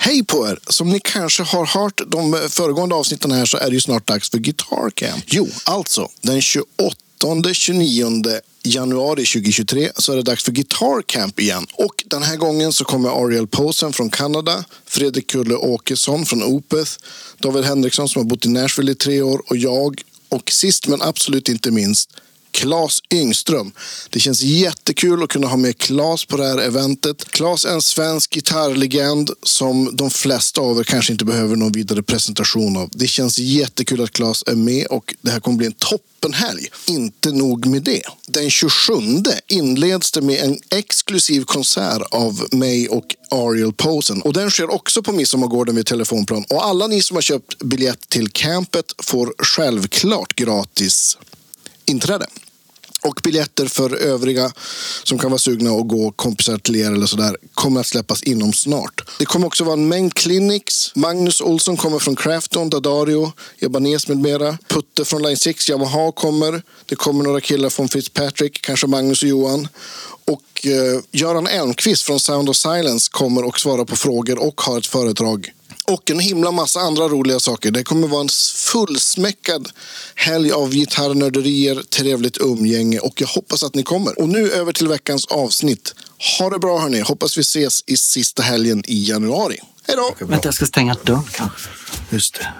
Hej på er! Som ni kanske har hört de föregående avsnitten här så är det ju snart dags för Guitar Camp. Jo, alltså den 28-29 januari 2023 så är det dags för Guitar Camp igen. Och den här gången så kommer Ariel Posen från Kanada, Fredrik Kulle Åkesson från Opeth, David Henriksson som har bott i Nashville i 3 år och jag. Och sist men absolut inte minst Claes Yngström. Det känns jättekul att kunna ha med Claes på det här eventet. Claes är en svensk gitarrlegend som de flesta av er kanske inte behöver någon vidare presentation av. Det känns jättekul att Claes är med och det här kommer bli en toppenhelg. Inte nog med det. Den 27 inleds det med en exklusiv konsert av mig och Ariel Posen. Och den sker också på Midsommargården vid Telefonplan. Och alla ni som har köpt biljett till campet får självklart gratis inträde. Och biljetter för övriga som kan vara sugna att gå kompisar till er eller sådär kommer att släppas inom snart. Det kommer också vara en mängd clinics. Magnus Olsson kommer från Crafton, Dadario, Ibanez med mera. Putte från Line 6, Yamaha kommer. Det kommer några killar från Fitzpatrick, kanske Magnus och Johan. Och Göran Elmqvist från Sound of Silence kommer och svara på frågor och har ett föredrag. Och en himla massa andra roliga saker. Det kommer vara en fullsmäckad helg av gitarrnörderier, trevligt umgänge och jag hoppas att ni kommer. Och nu över till veckans avsnitt. Ha det bra hörni. Hoppas vi ses i sista helgen i januari. Hej då! Vänta, jag ska stänga dörren kanske. Just det.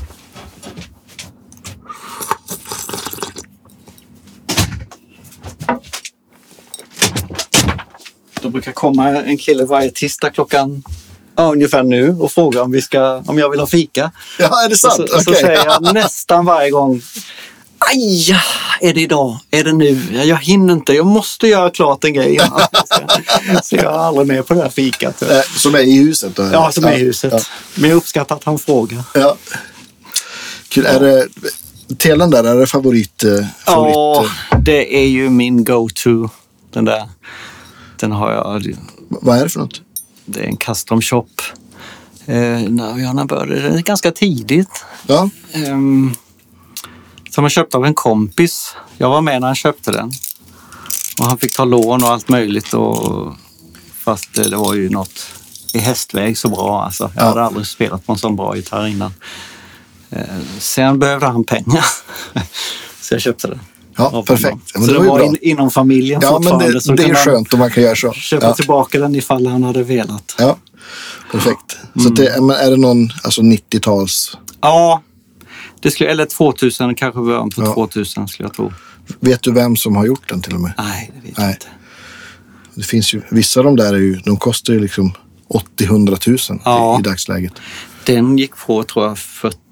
Då brukar komma en kille varje tisdag klockan ungefär nu och fråga om jag vill ha fika. Ja, är det sant? Så säger jag nästan varje gång: aj, är det idag? Är det nu? Jag hinner inte. Jag måste göra klart en grej. Så jag är aldrig med på det här fikat. Som är i huset? Då? Ja, som är i huset. Ja. Men jag uppskattar att han frågar. Ja. Kul. Ja. Är det telen där? Är det favorit? Ja, det är ju min go-to. Den där. Den har jag. Vad är det för något? Det är en custom shop. När började det ganska tidigt. Ja. Som jag köpte av en kompis. Jag var med när han köpte den. Och han fick ta lån och allt möjligt. Fast det var ju något i hästväg så bra. Alltså. Jag hade aldrig spelat på en sån bra gitarr innan. Sen behövde han pengar. Så jag köpte den. Ja, perfekt. Ja, så det var inom familjen fortfarande. Men det är skönt om man kan göra så. Köpa tillbaka den ifall han hade velat. Ja, perfekt. Så är det någon 90-tals? Ja, eller 2000, kanske början på 2000 skulle jag tro. Vet du vem som har gjort den till och med? Nej, det vet jag inte. Det finns ju, vissa av de där de kostar ju liksom 80-100 000 i dagsläget. Den gick på tror jag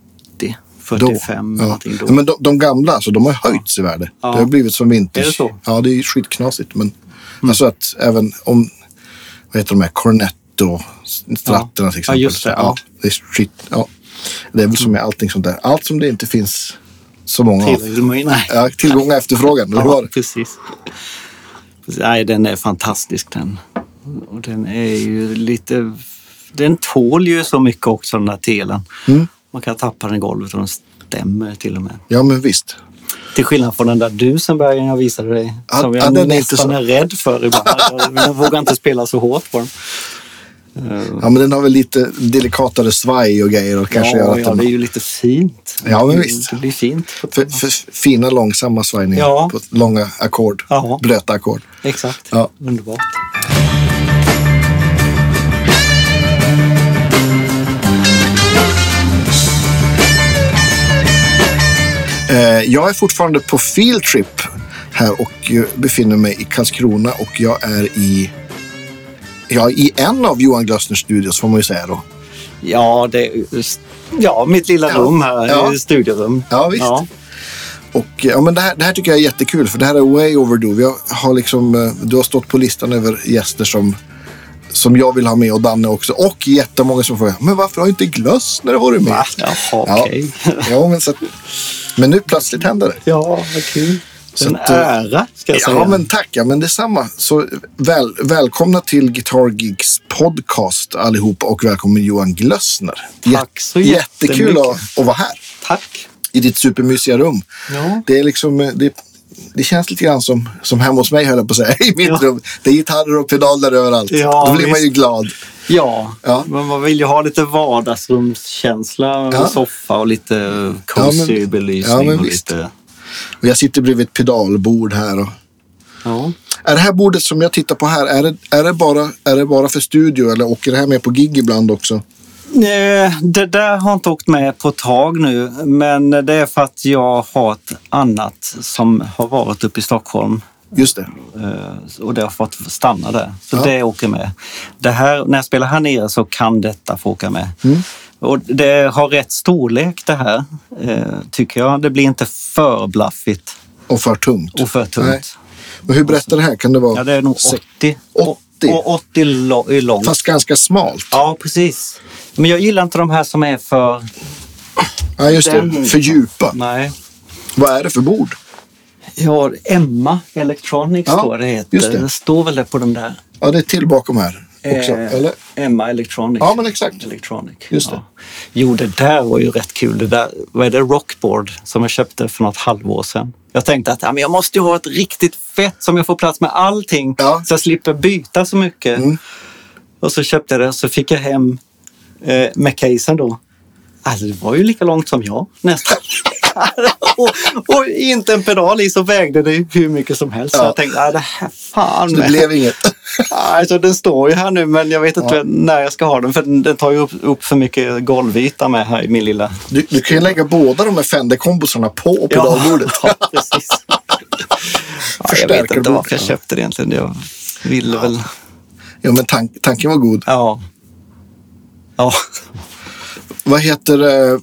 45 någonting då. Men de gamla, alltså, de har höjts i värde. Ja. Det har blivit som vintage. Är det så? Ja, det är skitknasigt. Men alltså att även om, vad heter de här, Cornetto stratterna till exempel. Ja, just det. Ja. Det är skit. Ja. Det är väl som med allting sånt där. Allt som det inte finns så många av. Ja, tillgång och efterfrågan. Ja, precis. Nej, den är fantastisk den. Och den är ju lite, den tål ju så mycket också den där telen. Man kan tappa den i golvet och den stämmer till och med. Ja, men visst. Till skillnad från den där Duesenbergen jag visade dig. Som jag nästan är rädd för ibland. Jag vågar inte spela så hårt på den. Ja, men den har väl lite delikatare svaj och grejer. Och kanske gör att det är ju lite fint. Ja, men visst. Det blir fint. För fina, långsamma svajningar på långa ackord. Blöta ackord. Exakt. Ja. Underbart. Jag är fortfarande på field trip här och befinner mig i Karlskrona och jag är i en av Johan Glössners studios får man ju säga då. Ja, mitt lilla rum här, studierum. Ja, visst. Ja. Och men det här tycker jag är jättekul för det här är way overdue. Jag har du har stått på listan över gäster som jag vill ha med och Danne också. Och jättemånga som frågar, men varför har inte Glössner varit med? Jaha, okej. Ja, men nu plötsligt händer det. Ja, vad kul. En ära, ska jag säga. Ja, men tack. Ja, men detsamma. Så välkomna till Guitar Geeks podcast allihopa och välkommen Johan Glössner. Tack så jättekul att vara här. Tack. I ditt supermysiga rum. Ja. Det är det känns lite grann som hemma hos mig höll jag på att säga. I mitt rum. Det är gitarrer och pedaler överallt. Ja, då blir man ju glad. Ja, men man vill ju ha lite vardagsrumskänsla och soffa och lite cozy belysning. Och lite... Jag sitter bredvid ett pedalbord här. Och... Ja. Är det här bordet som jag tittar på här, är det bara för studio eller åker det här med på gig ibland också? Det där har inte åkt med på ett tag nu, men det är för att jag har ett annat som har varit uppe i Stockholm. Just det. Och det har fått stanna där. Så det åker med. Det här, när jag spelar här nere så kan detta få åka med. Och det har rätt storlek det här, tycker jag. Det blir inte för blaffigt. Och för tungt. Nej. Men hur berättar det här? Kan det vara? Ja, det är nog 80. 80? Och 80 är långt. Fast ganska smalt. Ja, precis. Men jag gillar inte de här som är för... Ja, just det. För djupa. Nej. Vad är det för bord? Ja, Emma Electronics står det heter. Just det. Det står väl det på den där. Ja, det är till bakom här också, eller? Emma Electronics. Ja, men exakt. Electronic. Just det. Ja. Jo, det där var ju rätt kul. Det där, vad är det? Rockboard som jag köpte för något halvår sedan. Jag tänkte att men jag måste ju ha ett riktigt fett som jag får plats med allting. Ja. Så jag slipper byta så mycket. Och så köpte jag det och så fick jag hem med casen då. Alltså det var ju lika långt som jag nästan. och inte en pedal i så vägde det hur mycket som helst. Så jag tänkte, det här fan. Så det blev inget. Alltså den står ju här nu men jag vet inte när jag ska ha den. För den tar ju upp för mycket golvyta med här i min lilla... Du kan ju lägga båda de här Fender-kombosarna på pedalbordet. Ja, precis. Jag vet inte varför jag köpte det egentligen. Jag ville väl... Ja, men tanken var god. Ja. Vad heter det?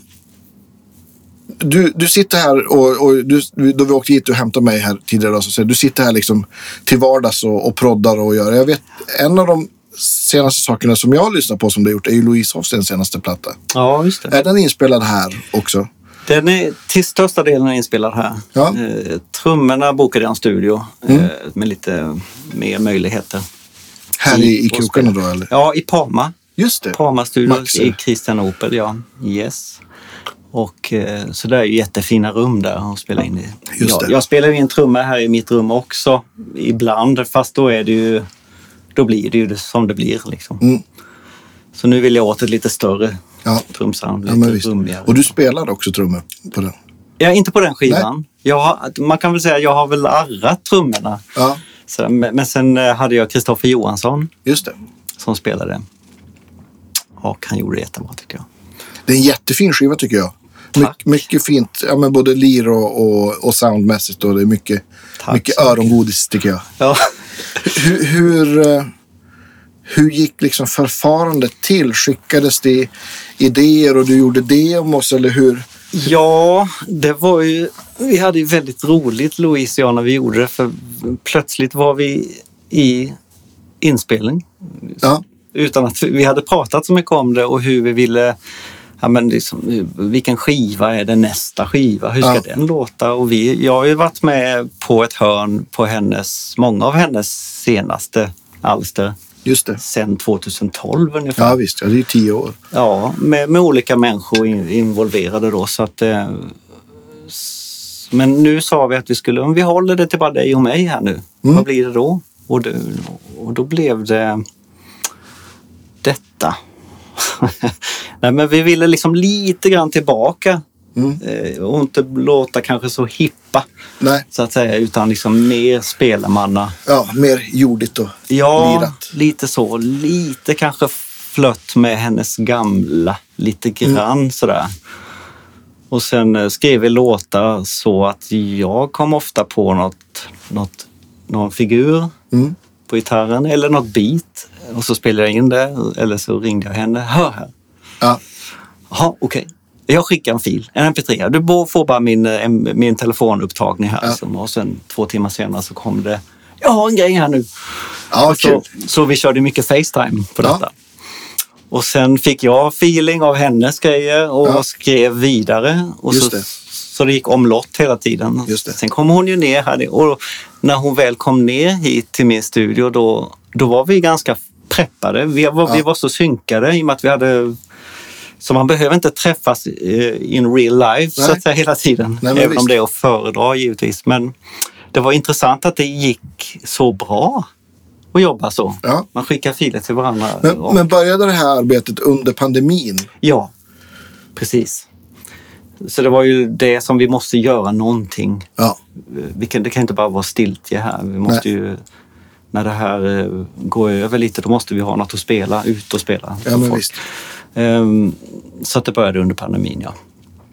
Du sitter här och då vi åkte hit och hämtade mig här tidigare så du sitter här liksom till vardags och proddar och gör. Jag vet, en av de senaste sakerna som jag har lyssnat på som du har gjort är ju Louise Hofstens senaste platta. Ja, just det. Är den inspelad här också? Den är till största delen inspelad här. Ja. Trummorna bokade jag en studio med lite mer möjligheter. Här i krokarna då eller? Ja, i Parma. Just det. Parma-studios i Kristianopel, ja. Yes. Och så det är ju jättefina rum där att spela in i. Jag spelar in trumma här i mitt rum också ibland, fast då är det ju, då blir det ju som det blir liksom. Så nu vill jag åt ett lite större trumsound, lite rummigare. Och du spelade också trummor på den? Ja, inte på den skivan. Man kan väl säga att jag har väl arrat trummorna. Ja. Så, men sen hade jag Kristoffer Johansson. Just det. Som spelade. Och han gjorde det jättebra tycker jag. Det är en jättefin skiva tycker jag. Mycket fint, men både lir och soundmässigt och det är mycket örongodis tycker jag. Ja. Hur gick liksom förfarandet till? Skickades det idéer och du gjorde demos eller hur? Ja, det var ju, vi hade ju väldigt roligt Louise och jag när vi gjorde det, för plötsligt var vi i inspelning. Ja. Utan att vi hade pratat så mycket om det och hur vi ville, liksom, vilken skiva är det nästa skiva, hur ska den låta? Och jag har ju varit med på ett hörn på många av hennes senaste alster. Just det. Sen 2012 ungefär. Ja visst, det är ju 10 år. Ja, med olika människor involverade då. Så att, men nu sa vi att om vi håller det till bara dig och mig här nu. Vad blir det då? Och då blev det detta. Nej, men vi ville liksom lite grann tillbaka. Och inte låta kanske så hippa. Nej. Så att säga, utan liksom mer spelarmanna. Ja, mer jordigt och lirat. Lite så. Lite kanske flött med hennes gamla. Lite grann sådär. Och sen skrev vi låtar så att jag kom ofta på någon figur på gitarren eller något beat. Och så spelade jag in det. Eller så ringde jag henne. Hör här. Ja. Jaha, okej. Jag skickar en fil, en mp3. Du får bara min telefonupptagning här. Ja. Och sen 2 timmar senare så kom det. Jag har en grej här nu. Ja, så vi körde mycket FaceTime på detta. Och sen fick jag feeling av hennes grejer och skrev vidare. Och så det gick omlott hela tiden. Sen kom hon ju ner här. Och när hon väl kom ner hit till min studio då var vi ganska preppade. Vi var så synkade i och med att vi hade... Så man behöver inte träffas in real life så att säga hela tiden. Nej, även om det är att föredra givetvis. Men det var intressant att det gick så bra. och jobba så. Ja. Man skickar filer till varandra. Men började det här arbetet under pandemin? Ja, precis. Så det var ju det som vi måste göra någonting. Ja. Det kan inte bara vara stiltje här. Vi måste ju, när det här går över lite, då måste vi ha något att spela, ut och spela. Ja, men visst. Så att det började under pandemin, ja.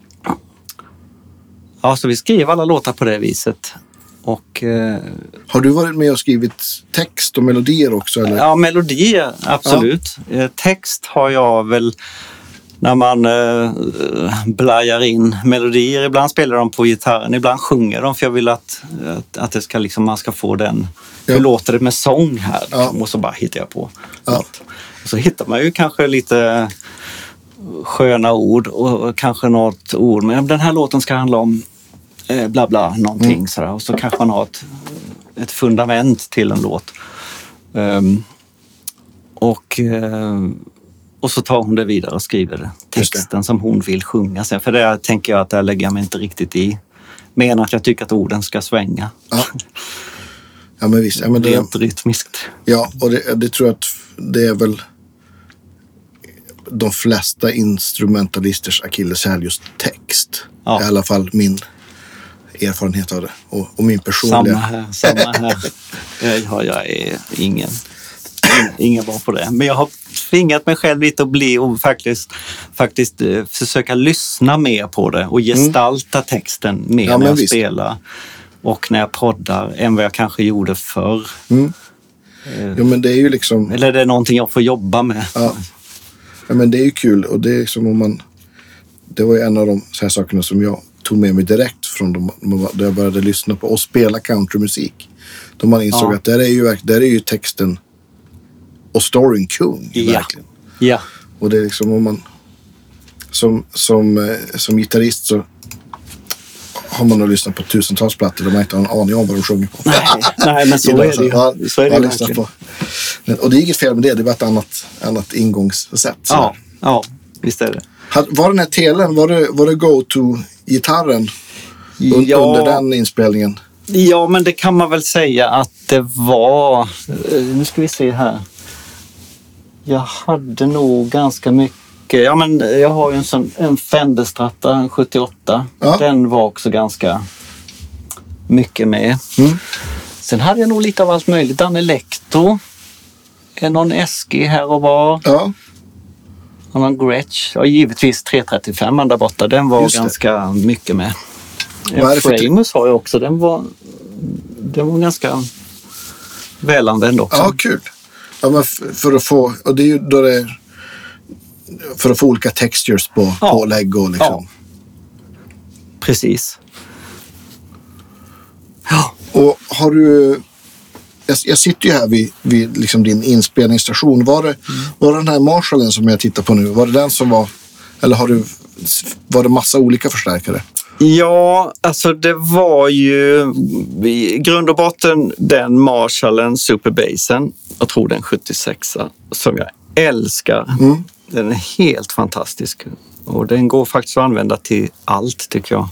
Ja, så vi skrev alla låtar på det viset. Och, har du varit med och skrivit text och melodier också? Eller? Ja, melodier, absolut. Ja. Text har jag väl när man blajar in melodier. Ibland spelar de på gitarren, ibland sjunger de, för jag vill att det ska liksom, man ska få den. Ja. Hur låter det med sång här? Ja. Och så bara hittar jag på något. Och så hittar man ju kanske lite sköna ord och kanske något ord. Men den här låten ska handla om bla bla någonting sådär. Och så kanske man har ett fundament till en låt. Och så tar hon det vidare och skriver texten som hon vill sjunga sen. För det tänker jag att där lägger jag mig inte riktigt i. Men att jag tycker att orden ska svänga. Ja men visst. Ja, men det är inte rytmiskt. Ja, och det tror jag att det är väl de flesta instrumentalisters akilleshäl, just text. Ja. I alla fall min erfarenhet av det. Och min personliga... Samma här. Jag är ingen bra på det. Men jag har tvingat mig själv lite att bli och faktiskt försöka lyssna mer på det och gestalta texten mer när jag spelar och när jag poddar än vad jag kanske gjorde förr. Ja, men det är ju liksom... Eller det är någonting jag får jobba med. Ja, men det är ju kul, och det är som om man... Det var ju en av de så här sakerna som jag tog med mig direkt från då jag började lyssna på och spela countrymusik. Då man insåg att där är ju texten och storyn kung, verkligen. Ja. Och det är liksom om man som gitarrist så har man nog lyssnat på tusentals plattor och man inte har en aning om vad de sjunger på. Nej, men så är det ju. Så är det verkligen. Och det är inget fel med det är bara ett annat ingångssätt. Ja, visst är det. Var den här telen, var det go-to-gitarren under den inspelningen? Ja, men det kan man väl säga att det var... Nu ska vi se här. Jag hade nog ganska mycket... Ja, men jag har ju en Fender Strata, en 78. Ja. Den var också ganska mycket med. Sen hade jag nog lite av allt möjligt. En Elektro. Någon SG här och var. Ja. Och någon Gretsch. Och givetvis 335 där borta. Den var ganska mycket med. Framus har jag också. Den var ganska välanvänd också. Ja, kul. Ja, men för att få... Och det är ju då det är... För att få olika textures på lägg och liksom. Ja. Precis. Ja. Och har du... Jag sitter ju här vid liksom din inspelningsstation. Var den här Marshallen som jag tittar på nu, var det den som var... Eller var det massa olika förstärkare? Ja, alltså det var ju i grund och botten den Marshallen Superbassen. Jag tror den 76a som jag älskar. Den är helt fantastisk. Och den går faktiskt att använda till allt, tycker jag.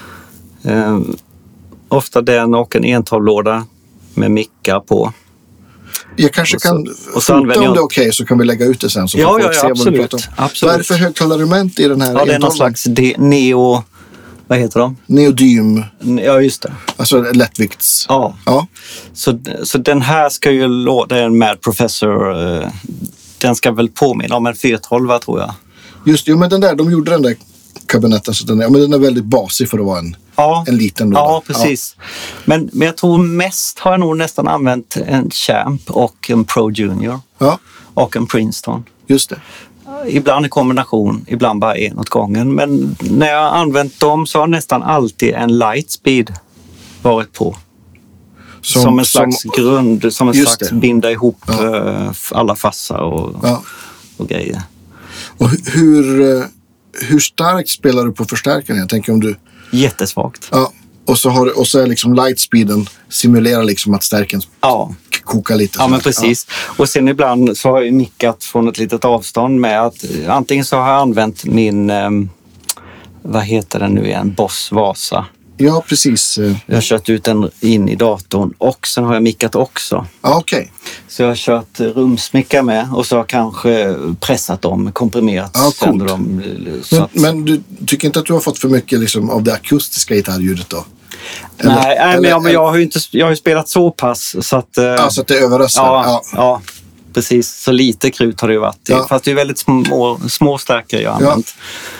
Ofta den och en entavlåda med mickar på. Jag kanske kan fota om det är okej, så kan vi lägga ut det sen. Så ja, absolut. Vad är det för högtalargument i den här? Ja, det är någon slags neo... Vad heter de? Neodym. Ja, just det. Alltså lättvikts. Ja. Så den här ska ju låta en Mad Professor... Den ska väl påminna om en 412, tror jag. Just det, men de gjorde den där kabinetten, så den är väldigt basig för att vara en liten låda. Ja, precis. Ja. Men jag tror mest har jag nog nästan använt en Champ och en Pro Junior. Ja. Och en Princeton. Just det. Ibland i kombination, ibland bara en åt gången. Men när jag har använt dem så har nästan alltid en Lightspeed varit på. Som en slags grund, som en slags binda ihop alla fassar och grejer. Och hur starkt spelar du på förstärkaren? Jag tänker om du... Jättesvagt. Ja, och så är liksom lightspeeden simulerar liksom att stärken kokar lite. Ja, men precis. Ja. Och sen ibland så har jag mickat från ett litet avstånd med att antingen så har jag använt min, vad heter den nu igen, Boss Vasa. Ja, precis. Jag har kört ut den in i datorn och sen har jag mickat också. Ja, okej. Så jag har kört rumsmickar med och så har jag kanske pressat dem, komprimerat sönder dem. Men du tycker inte att du har fått för mycket liksom, av det akustiska gitarrljudet då? Men jag har ju spelat så pass så att... så att det överröstar? Ja, precis. Så lite krut har det ju varit. Ja. Fast det är väldigt små stärkare jag har använt.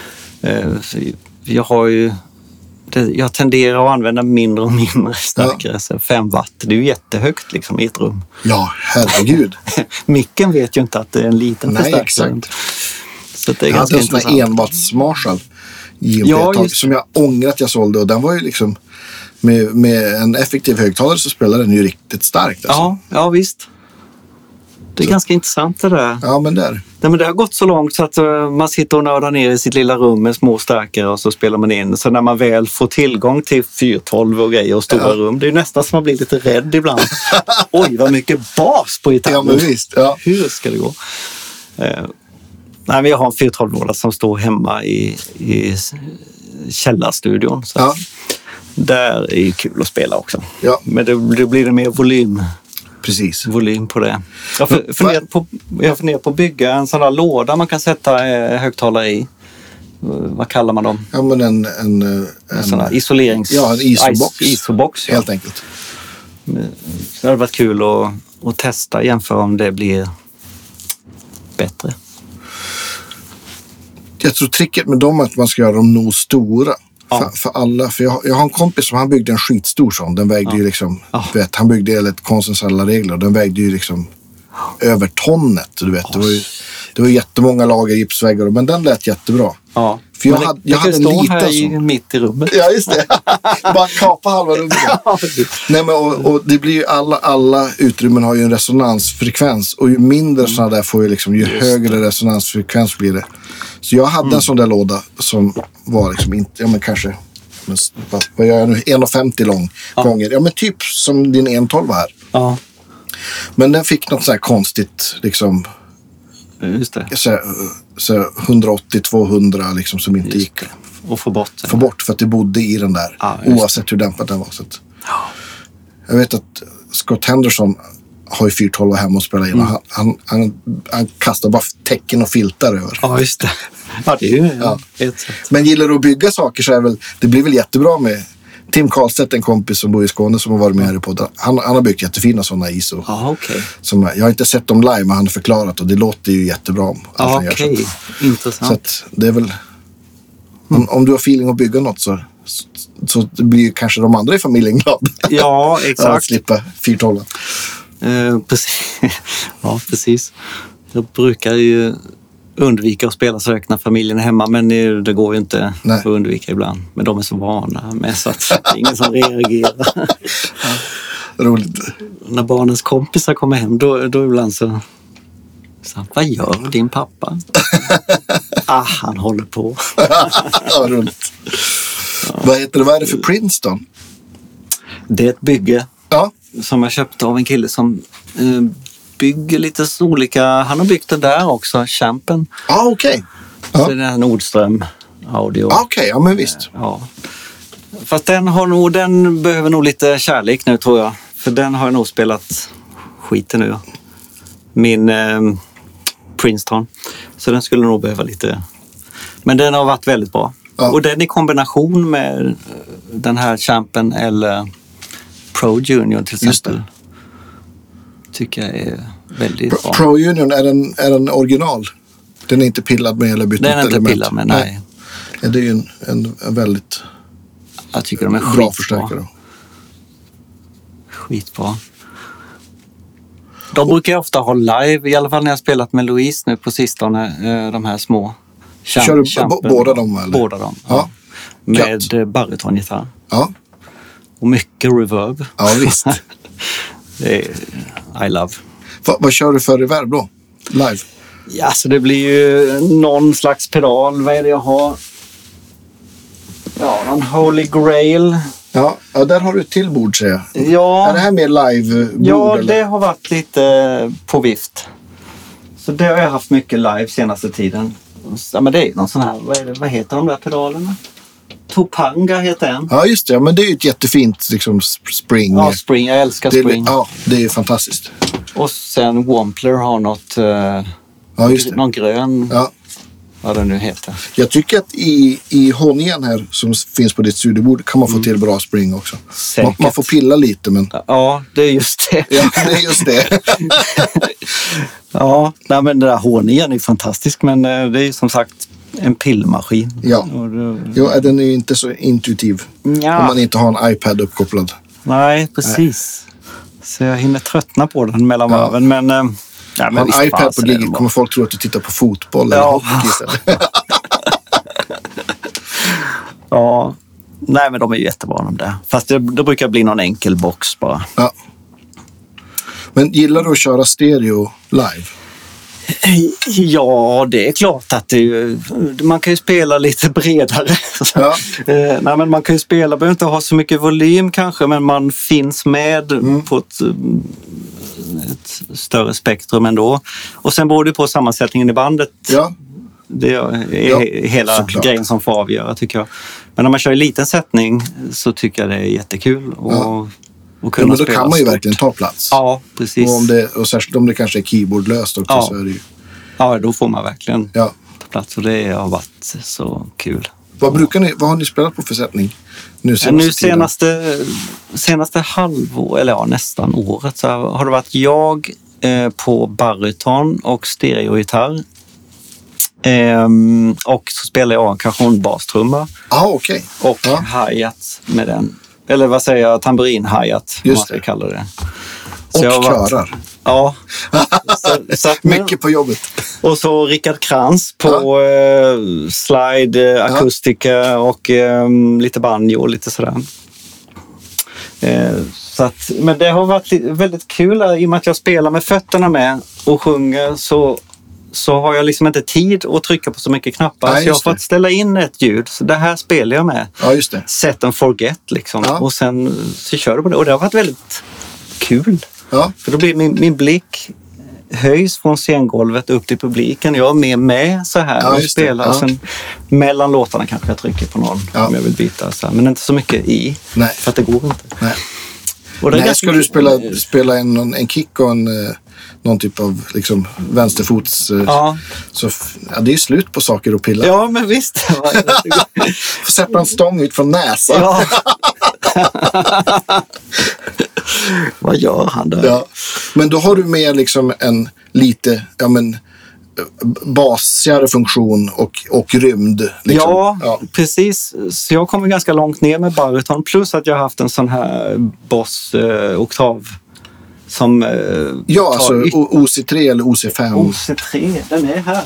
Jag tenderar att använda mindre och mindre stärkare. Så 5 watt, det är ju jättehögt liksom, i ett rum. Ja, herregud. Micken vet ju inte att det är en liten förstärkare. Exakt. Så det är ganska intressant. Jag hade en sån här 1 watts Marshall som jag ångrar att jag sålde. Och den var ju liksom, med en effektiv högtalare så spelar den ju riktigt starkt. Alltså. Ja, visst. Det är ganska intressant det där. Ja, men där. Nej, men det har gått så långt så att man sitter och nördar ner i sitt lilla rum med små stärkare och så spelar man in. Så när man väl får tillgång till 412 och grejer och stora rum, det är nästan som man blir lite rädd ibland. Oj, vad mycket bas på gitarren. Ja, men visst. Ja. Hur ska det gå? Men jag har en 412-låda som står hemma i källarstudion. Så där är det kul att spela också. Ja. Men då blir det mer volym. Precis. Volym på det. Jag funderar på att bygga en sån där låda man kan sätta högtalare i. Vad kallar man dem? Ja, men en sån här isolerings... Ja, en isobox. Isobox, helt enkelt. Så det hade varit kul att testa, jämföra om det blir bättre. Jag tror tricket med dem är att man ska göra dem nog stora. För alla. För jag har en kompis som han byggde en skitstor sån. Den vägde ju liksom, du vet, han byggde enligt konstens alla regler. Och den vägde ju liksom över tonnet. Du vet, det var jättemånga lager gipsväggar. Men den lät jättebra. Ja. För jag hade en liten sån. Mitt i rummet. Ja, just det. Bara kapa halva rummet. Nej, men och det blir ju alla utrymmen har ju en resonansfrekvens. Och ju mindre sådana där får ju liksom, ju högre resonansfrekvens blir det. Så jag hade en sån där låda som var liksom inte, kanske, vad gör jag nu, 1,50 lång gånger. Ja, men typ som din 112 här. Ja. Men den fick något så här konstigt, liksom, just det. Så 180-200 liksom som inte gick. Och få bort. Få bort för att det bodde i den där, oavsett hur dämpad den var. Så att, jag vet att Scott Henderson har ju 412 hemma och spelar in. Han kastar bara tecken och filtar över. Ja, just det. Ja, det är ju ett sätt. Men gillar du att bygga saker så är det blir väl jättebra med Tim Karlstedt, en kompis som bor i Skåne som har varit med här i podden. Han har byggt jättefina sådana ISO. Okay. Jag har inte sett dem live, men han har förklarat och det låter ju jättebra om allt han gör. Intressant. Så att det är väl, om du har feeling att bygga något så blir kanske de andra i familjen glada. Ja, exakt. Att slippa 412. Precis. Ja, precis. Jag brukar ju undvika att spela så högt när familjen är hemma, men det går ju inte att undvika ibland. Men de är så vana med så att det är ingen som reagerar. Roligt. När barnens kompisar kommer hem, då ibland så vad gör din pappa? Han håller på. Ja, roligt. Ja. Vad är det för Princeton? Det är ett bygge som jag köpte av en kille som bygger lite olika. Han har byggt det där också, Champen. Okej. Så det är Nordström audio. Okej, ja men visst. Ja. Fast den behöver nog lite kärlek nu, tror jag. För den har jag nog spelat skiten nu. Min Princeton. Så den skulle nog behöva lite. Men den har varit väldigt bra. Ja. Och den i kombination med den här Champen eller Pro Junior till exempel. Tycker jag är väldigt bra. Pro Junior, är den original? Den är inte pillad med eller bytt ut element? Den är inte pillad med, nej. Ja, det är ju en väldigt jag tycker de är bra förstärkare. Skitbra. De brukar jag ofta ha live, i alla fall när jag spelat med Louise nu på sistone, de här små. Kör du båda dem? Eller? Båda dem, ja. Med baritongitarr. Ja. Och mycket reverb. Ja, visst. Det är I love. Vad kör du för reverb då? Live? Ja, så det blir ju någon slags pedal. Vad är det jag har? Ja, någon Holy Grail. Ja, där har du ett till bord, säger jag. Ja. Är det här mer live-bord? Ja, eller? Det har varit lite på vift. Så det har jag haft mycket live senaste tiden. Ja, men det är någon sån här, vad heter de där pedalerna? Topanga heter den. Ja, just det. Men det är ju ett jättefint liksom, spring. Ja, spring. Jag älskar spring. Ja, det är ju fantastiskt. Och sen Wampler har något... Ja, just det. Någon grön... Ja. Vad det nu heter. Jag tycker att i honungen här som finns på ditt studiebord kan man få till bra spring också. Man får pilla lite, men... Ja, det är just det. Ja, det är just det. Ja, nej, men den där honungen är fantastisk, men det är ju som sagt en pillmaskin. Ja, ja, den är ju inte så intuitiv om man inte har en iPad uppkopplad. Nej, precis. Nej. Så jag hinner tröttna på den mellan varven, men... Ja, men en iPad på giget kommer folk tro att du tittar på fotboll eller hockey istället. Ja, nej men de är ju jättebra de där. Fast det brukar bli någon enkel box bara. Ja. Men gillar du att köra stereo live? Ja, det är klart att man kan ju spela lite bredare. Ja. Nej, men man kan ju spela, behöver inte ha så mycket volym kanske, men man finns med på ett större spektrum ändå. Och sen beror det på sammansättningen i bandet. Ja. Det är hela grejen som får avgöra, tycker jag. Men när man kör i liten sättning så tycker jag det är jättekul. Och kunna men då spela kan man ju verkligen ta plats. Ja, precis. Och särskilt om det kanske är keyboardlöst också, så är det ju... Ja, då får man verkligen ta plats. Och det har varit så kul. Vad har ni spelat på för sättning? Nu senaste halvår, eller nästan året, så har det varit jag på baryton och stereogitarr. Och så spelar jag kanske en bastrumma. Okej. Och hi-hat med den. Eller vad säger jag? Tamburin-hi-hat, om man ska kalla det. Så och körar. Ja. Mycket på jobbet. Och så Rickard Krantz på slide, akustika och lite banjo och lite sådär. Men det har varit väldigt kul i och med att jag spelar med fötterna med och sjunger, så har jag liksom inte tid att trycka på så mycket knappar. Så jag har fått ställa in ett ljud. Så det här spelar jag med. Ja, just det. Set and forget liksom. Ja. Och sen så kör du på det. Och det har varit väldigt kul. Ja. För då blir min blick höjs från scengolvet upp till publiken. Jag är med så här och spelar. Och sen mellan låtarna kanske jag trycker på någon om jag vill byta. Så här. Men inte så mycket i. Nej. För att det går inte. Nej. Ska du spela en kick och någon typ av liksom vänsterfots... Så det är slut på saker och pilla. Ja, men visst. Får sätta en stång ut från näsan. Ja. Vad gör han där? Ja. Men då har du med liksom en lite basigare funktion och rymd. Liksom. Ja, precis. Så jag kommer ganska långt ner med baryton. Plus att jag har haft en sån här Boss-oktav. Som alltså OC3 eller OC5. OC3, den är här.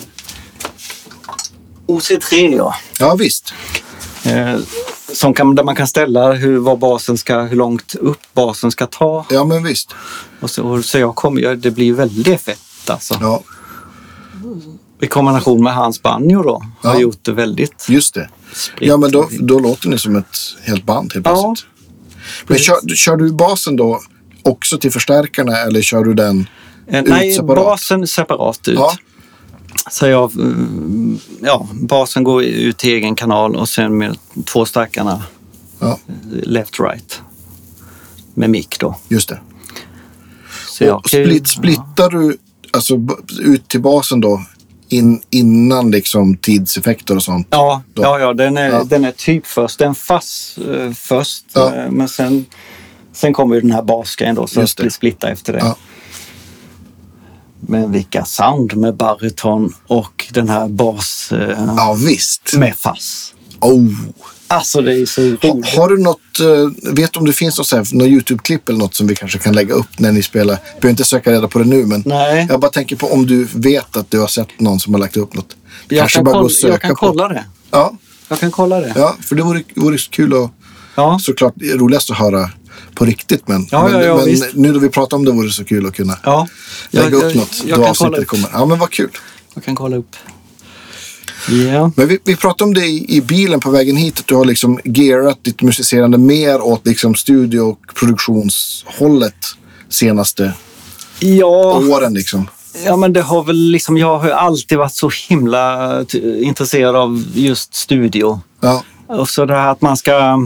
OC3, ja. Ja, visst. Där man kan ställa hur långt upp basen ska ta. Ja, men visst. Och så det blir väldigt fett alltså. Ja. I kombination med hans banjo då har gjort det väldigt. Just det. Ja, men då låter det som ett helt band helt plötsligt. Men kör du basen då också till förstärkarna eller kör du den nej, separat? Basen separat ut. Ja. Så basen går ut till egen kanal och sen med 2 stärkarna left-right med mick då. Just det. Så och splittar du alltså ut till basen då innan liksom tidseffekter och sånt? Ja, den är typ först. Den fast först, men sen kommer ju den här basgrejen då, så splitta efter det. Ja. Men vilka sound med baryton och den här bas visst. Med fass. Alltså det är så roligt. Har du något, vet du om det finns något YouTube-klipp eller något som vi kanske kan lägga upp när ni spelar? Jag behöver inte söka reda på det nu, men jag bara tänker på om du vet att du har sett någon som har lagt upp något. Jag kan kolla det. Ja. Jag kan kolla det. Ja, för det vore kul och såklart roligast att höra på riktigt, men nu då vi pratar om det vore så kul att kunna lägga upp något då avsnittet kommer. Ja, men vad kul. Jag kan kolla upp. Yeah. Men vi pratade om det i bilen på vägen hit, att du har liksom gearat ditt musicerande mer åt liksom studio- och produktionshållet senaste åren liksom. Ja, men det har väl liksom, jag har alltid varit så himla intresserad av just studio. Ja. Och så det här att man ska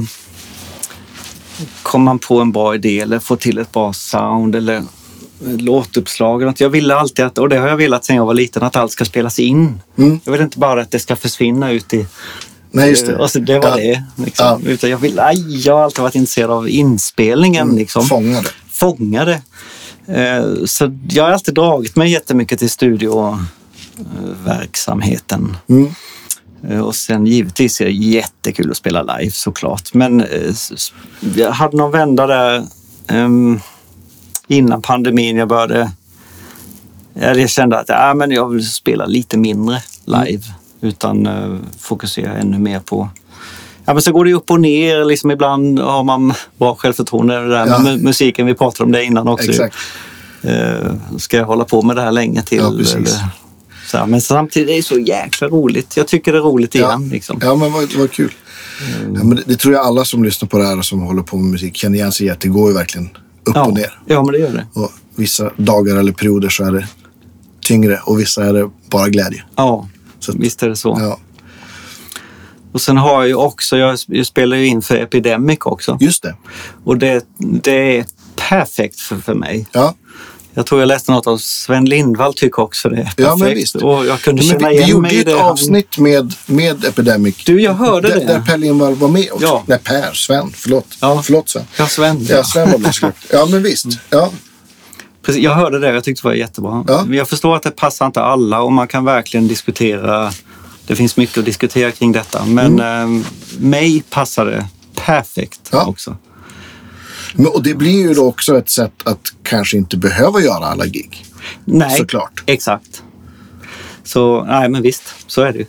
komma på en bra idé eller få till ett bra sound eller låtuppslag. Jag ville alltid och det har jag velat sedan jag var liten, att allt ska spelas in. Jag vill inte bara att det ska försvinna ut i... Nej, just det. Alltså, det var det. Liksom. Utan jag har alltid varit intresserad av inspelningen. Liksom. Fånga det. Så jag har alltid dragit mig jättemycket till studioverksamheten. Och sen givetvis är det jättekul att spela live såklart. Men jag hade någon vända där innan pandemin jag började. Jag kände att jag vill spela lite mindre live. Utan fokusera ännu mer på... Ja, men så går det upp och ner. Liksom ibland har man bra självförtroende. Det där med musiken, vi pratade om det innan också. Exakt. Ska jag hålla på med det här länge till? Ja, precis. Så, men samtidigt är det så jäkla roligt. Jag tycker det är roligt igen. Liksom. Ja, men vad kul. Ja, men det tror jag alla som lyssnar på det här och som håller på med musik känner igen sig i, att det går ju verkligen upp och ner. Ja, men det gör det. Och vissa dagar eller perioder så är det tyngre och vissa är det bara glädje. Ja, så visst är det så. Ja. Och sen har jag ju också, jag spelar ju in för Epidemic också. Just det. Och det är perfekt för mig. Ja. Jag tror jag läste något av Sven Lindvall tycker också det är perfekt. Ja, men visst. Och jag kunde känna igen mig i det. Vi gjorde ett avsnitt med Epidemic. Du, jag hörde det. Där Per Lindvall var med också. Ja. Nej, Sven. Förlåt Sven. Ja, Sven. Ja, Sven var med såklart. Ja, men visst. Ja. Precis, jag hörde det. Jag tyckte det var jättebra. Ja. Jag förstår att det passar inte alla och man kan verkligen diskutera. Det finns mycket att diskutera kring detta. Men mig passar det perfekt också. Och det blir ju då också ett sätt att kanske inte behöva göra alla gig. Nej, såklart. Exakt. Så, nej men visst, så är det ju.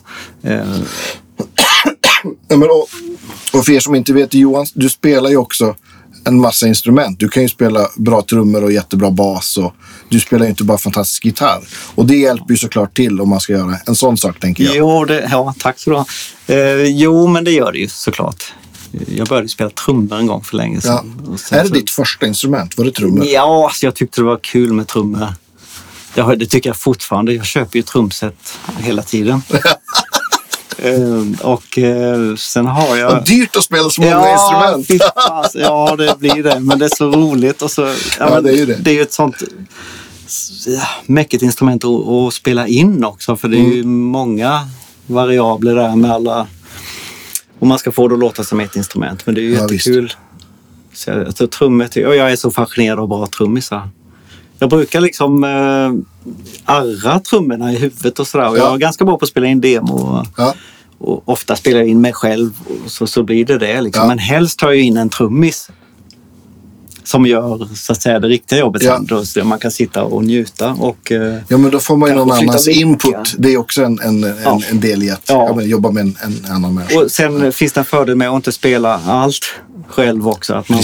Ja, men och för er som inte vet, Johan, du spelar ju också en massa instrument. Du kan ju spela bra trummor och jättebra bas, och du spelar ju inte bara fantastisk gitarr. Och det hjälper ju såklart till om man ska göra en sån sak, tänker jag. Jo, tack så du ha. Jo, men det gör det ju såklart. Jag började spela trummor en gång för länge sedan. Ja. Är det ditt första instrument? Var det trummor? Ja, alltså jag tyckte det var kul med trummor. Det tycker jag fortfarande. Jag köper ju trumset hela tiden. Och sen har jag... Och dyrt att spela så många instrument. Ja, det blir det. Men det är så roligt. Och så, det är ju det. Det är ju ett sånt mäckigt instrument att spela in också. För det är ju många variabler där med alla... Och man ska få det att låta som ett instrument. Men det är ju jättekul. Visst. Så jag tror trummet... Och jag är så fascinerad av bra trummisar. Jag brukar liksom arra trummorna i huvudet och sådär. Och jag är ganska bra på att spela in demo. Och ofta spelar jag in mig själv. Och så blir det liksom. Men helst tar jag in en trummis. Som gör så att säga det riktiga jobbet. Så man kan sitta och njuta. Och, men då får man ju någon annans input. Det är också en del i att jobba med en annan människa. Och sen finns det en fördel med att inte spela allt själv också. Att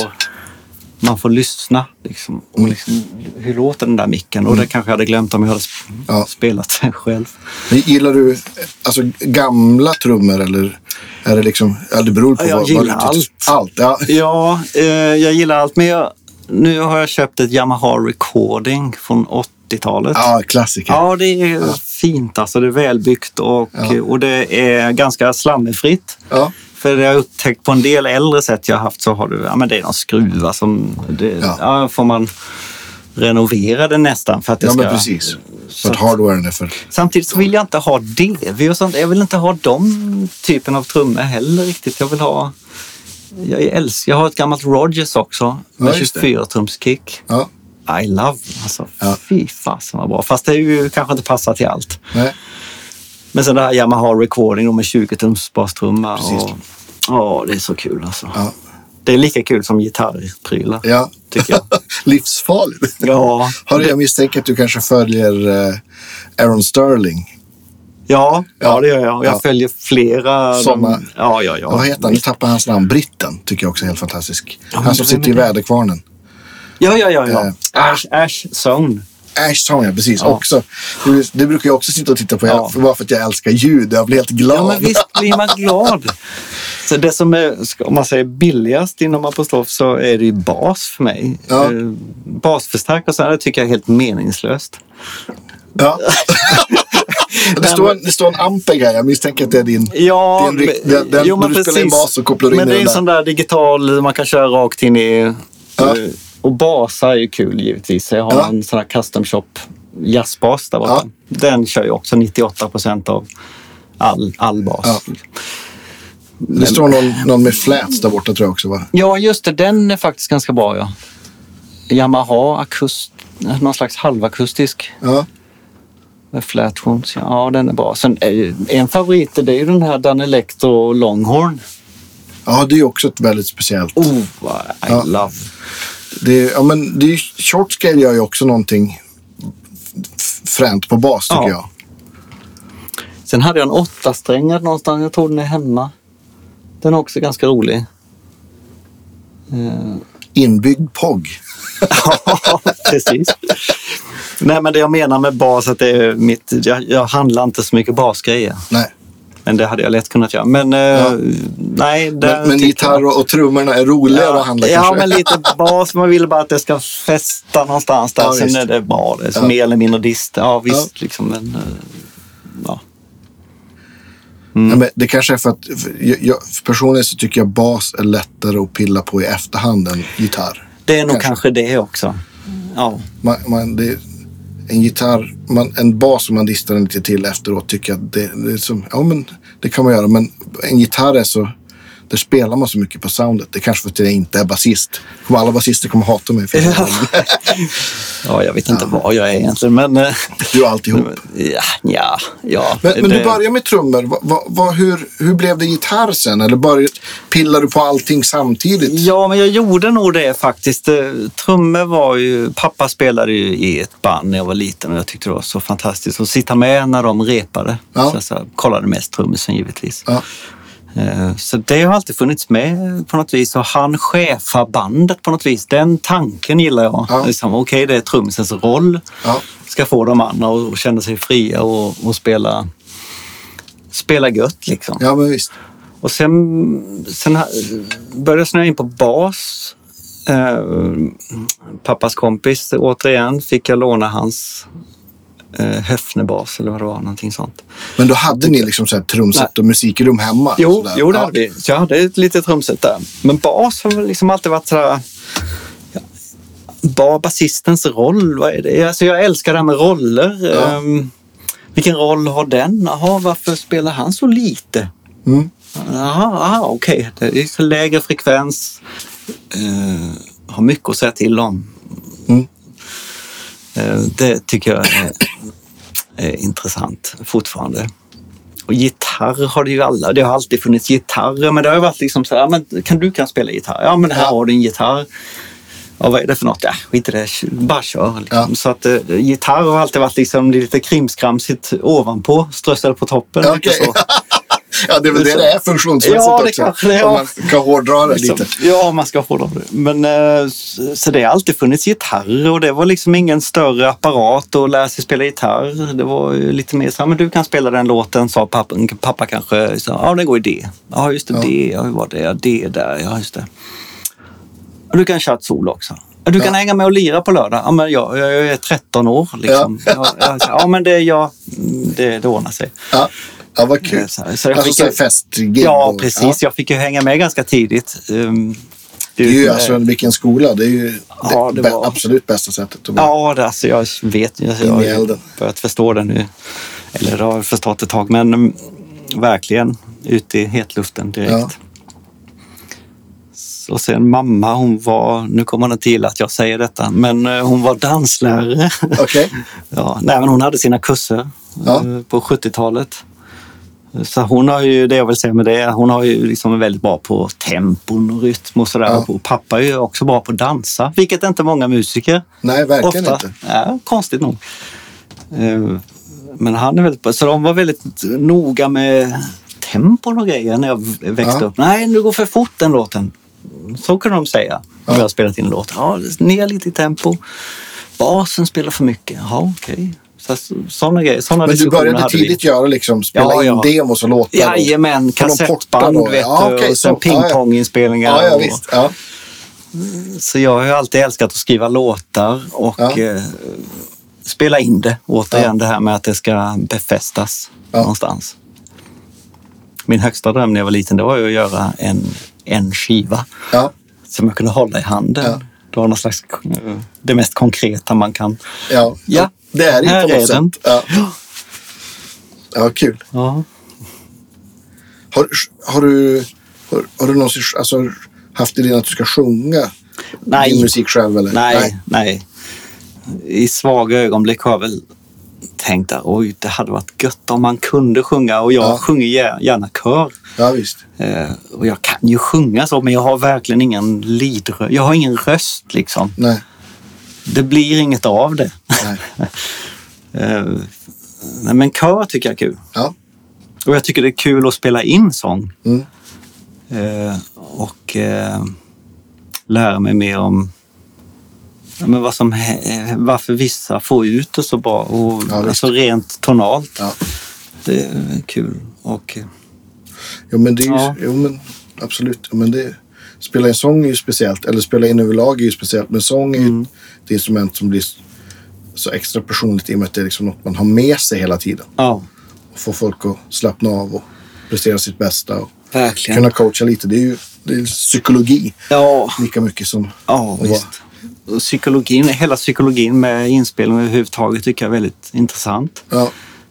man får lyssna liksom, och liksom, hur låter den där micken? Och det kanske jag hade glömt om jag hade spelat själv. Men gillar du alltså gamla trummor, eller är det liksom, det beror på jag gillar allt. Ja, jag gillar allt, men nu har jag köpt ett Yamaha Recording från 80-talet. Ja, klassiker. Ja, det är fint alltså, det är välbyggt och det är ganska slammefritt. Ja. För det har jag upptäckt på en del äldre sätt jag har haft, så har du, men det är någon skruva som, får man renovera det nästan för att det ska... Ja, men precis. Så att hardwaren är för... Samtidigt så vill jag inte ha DV och sånt. Jag vill inte ha de typen av trummor heller riktigt. Jag vill ha... Jag har ett gammalt Rogers också med 24-trumskick. Ja. I love. Alltså, fy fasen vad bra. Fast det är ju kanske inte passar till allt. Nej. Men sen det här Yamaha Recording med 20-tums bastrumma. Det är så kul alltså. Ja. Det är lika kul som gitarrprylar, tycker jag. Livsfarligt. Ja. Har jag misstänkt att du kanske följer Aaron Sterling? Ja, det gör jag. Jag följer flera. Såna. Ja. Vad heter han? Nu tappar hans namn. Britten tycker jag också är helt fantastisk. Han som sitter i väderkvarnen. Ja. Ash Zone. Ashtown, precis. Ja. Också. Det brukar jag också sitta och titta på. Bara för att jag älskar ljud. Jag blir helt glad. Ja, men visst blir man glad. Så det som är, om man säger billigast inom apostrof, så är det ju bas för mig. Ja. Basförstärkare och så här, det tycker jag är helt meningslöst. Ja. Det står en Ampeg här. Jag misstänker att det är din... Ja, när du spelar in bas så kopplar du in men det är en sån där digital man kan köra rakt in i... Och basar är ju kul givetvis. Jag har en sån här custom shop jazzbas där borta. Ja. Den kör ju också 98% av all bas. Ja. Det står någon med flats där borta tror jag också, va? Ja, just det. Den är faktiskt ganska bra, ja. Yamaha någon slags halvakustisk. Ja. Med flattones. Ja, den är bra. Sen en favorit, det är ju den här Dan Electro Longhorn. Ja, det är ju också ett väldigt speciellt. I love. Men det är short scale gör ju också någonting fränt på bas tycker jag. Sen hade jag en 8-strängad någonstans. Jag tror den är hemma. Den är också ganska rolig. Inbyggd POG. Ja, precis. Nej, men det jag menar med bas att det är jag handlar inte så mycket basgrejer. Nej. Men det hade jag lätt kunnat göra. Men nej. Men gitarr och trummorna är roligare att handla kanske. Ja, men lite bas. Man vill bara att det ska fästa någonstans där. Sen visst. Är det bra. Det är mer eller mindre dist. Ja, visst. Liksom, men Ja, men det kanske är för att jag personligen så tycker jag bas är lättare att pilla på i efterhand än gitarr. Det är nog kanske det också. Ja. En gitarr, en bas som man distar den lite till efteråt tycker jag att det är som, men det kan man göra, men en gitarr är så, där spelar man så mycket på soundet. Det är kanske för att jag inte är basist. Alla basister kommer hata mig för det. Ja, jag vet inte vad jag är egentligen, men... Du är alltihop. Ja. Men du börjar med trummor. Hur blev det gitarr sen? Eller pillar du på allting samtidigt? Ja, men jag gjorde nog det faktiskt. Trummor var ju... Pappa spelade ju i ett band när jag var liten och jag tyckte det var så fantastiskt att sitta med när de repade. Ja. Så jag kollade mest trummisen givetvis. Ja. Så det har alltid funnits med på något vis, och han chefar bandet på något vis. Den tanken gillar jag. Ja. Liksom, okej, det är trummisens roll. Ja. Ska få de andra och känna sig fria och spela gött liksom. Ja, men visst. Och sen började jag snöa in på bas. Pappas kompis, återigen, fick jag låna hans höfnebas eller vad det var, någonting sånt. Men då hade ni liksom så här trumset och musikrum hemma? Jo, det hade vi. Så jag hade ett litet trumset där. Men bas har liksom alltid varit sådär... Basistens roll, vad är det? Alltså jag älskar det här med roller. Ja. Vilken roll har den? Jaha, varför spelar han så lite? Jaha, okej. Det är så lägre frekvens. Har mycket att säga till om. Det tycker jag är intressant fortfarande. Och gitarr har det ju alla. Det har alltid funnits gitarrer, men det har ju varit liksom så här, men kan spela gitarr? Ja, men här har du en gitarr. Ja, vad är det för något? Ja, skit i det. Bara kör. Liksom. Ja. Så att gitarr har alltid varit liksom lite krimskramsigt ovanpå, strössade på toppen. Okay. Så. Ja, det är väl det är funktionsmässigt också. Kanske det, om man ska hårdra det lite. Ja, man ska hårdra det. Men så det har alltid funnits gitarr, och det var liksom ingen större apparat att lära sig spela gitarr. Det var ju lite mer så här, men du kan spela den låten, sa pappa kanske. Så, ja, det går i det. Ja, just det, det. Ja, hur var det? Ja, det där. Ja, just det. Och du kan köra ett solo också. Du kan hänga med och lira på lördag. Ja, men jag är 13 år. Liksom. Ja, men det ordnar sig. Ja. Ja, vad kul. Så jag fick festgig. Ja, precis. Jag fick ju hänga med ganska tidigt. Det är ju alltså vilken skola. Det är ju det absolut bästa sättet att vara. Ja, jag vet. Jag har börjat förstå det nu. Eller det har jag förstått ett tag. Men verkligen ute i hetluften direkt. Ja. Och sen mamma, hon var, nu kommer det till att jag säger detta, men hon var danslärare. Okay. Ja, nej, men hon hade sina kurser på 70-talet. Så hon har ju, det jag vill säga med det, hon har ju liksom väldigt bra på tempon och rytm och sådär. Ja. Och pappa är ju också bra på att dansa, vilket inte många musiker. Nej, verkligen ofta. Inte. Ja, konstigt nog. Men han är väldigt bra, så de var väldigt noga med tempon och grejer när jag växte upp. Nej, nu går för fort den låten. Så kan de säga. Jag har spelat in en låt. Ja, ner lite i tempo. Basen spelar för mycket. Ja, okej. Sådana grejer. Men du började tidigt göra liksom, spela in demos och låtar? Jajamän, kassettband och sen pingponginspelningar. Ja, visst. Ja. Så jag har ju alltid älskat att skriva låtar och spela in det. Återigen det här med att det ska befästas någonstans. Min högsta dröm när jag var liten, det var ju att göra en skiva som jag kunde hålla i handen. Ja. Det var någon slags, det mest konkreta man kan. Ja, det är det på något sätt. Ja, kul. Ja. Har du någonsin haft idén att du ska sjunga din musik själv? Eller? Nej. I svaga ögonblick har jag väl tänkt att det hade varit gött om man kunde sjunga. Och jag sjunger gärna kör. Ja, visst. Och jag kan ju sjunga så, men jag har verkligen ingen lidröst. Jag har ingen röst liksom. Nej. Det blir inget av det. Nej. Men kör tycker jag är kul. Ja. Och jag tycker det är kul att spela in sång. Och lära mig mer om varför vissa får ut det så bra. Och alltså rent tonalt. Ja. Det är kul. Och, men det är ju, men absolut. Men det, spela in sång är ju speciellt. Eller spela in överlag är ju speciellt. Men sång är ju ett instrument som blir så extra personligt i och med att det är liksom något man har med sig hela tiden. Ja. Och få folk att slappna av och prestera sitt bästa. Och verkligen. Kunna coacha lite. Det är psykologi. Lika mycket som... Ja, visst. Hela psykologin med inspelning överhuvudtaget tycker jag är väldigt intressant. Ja.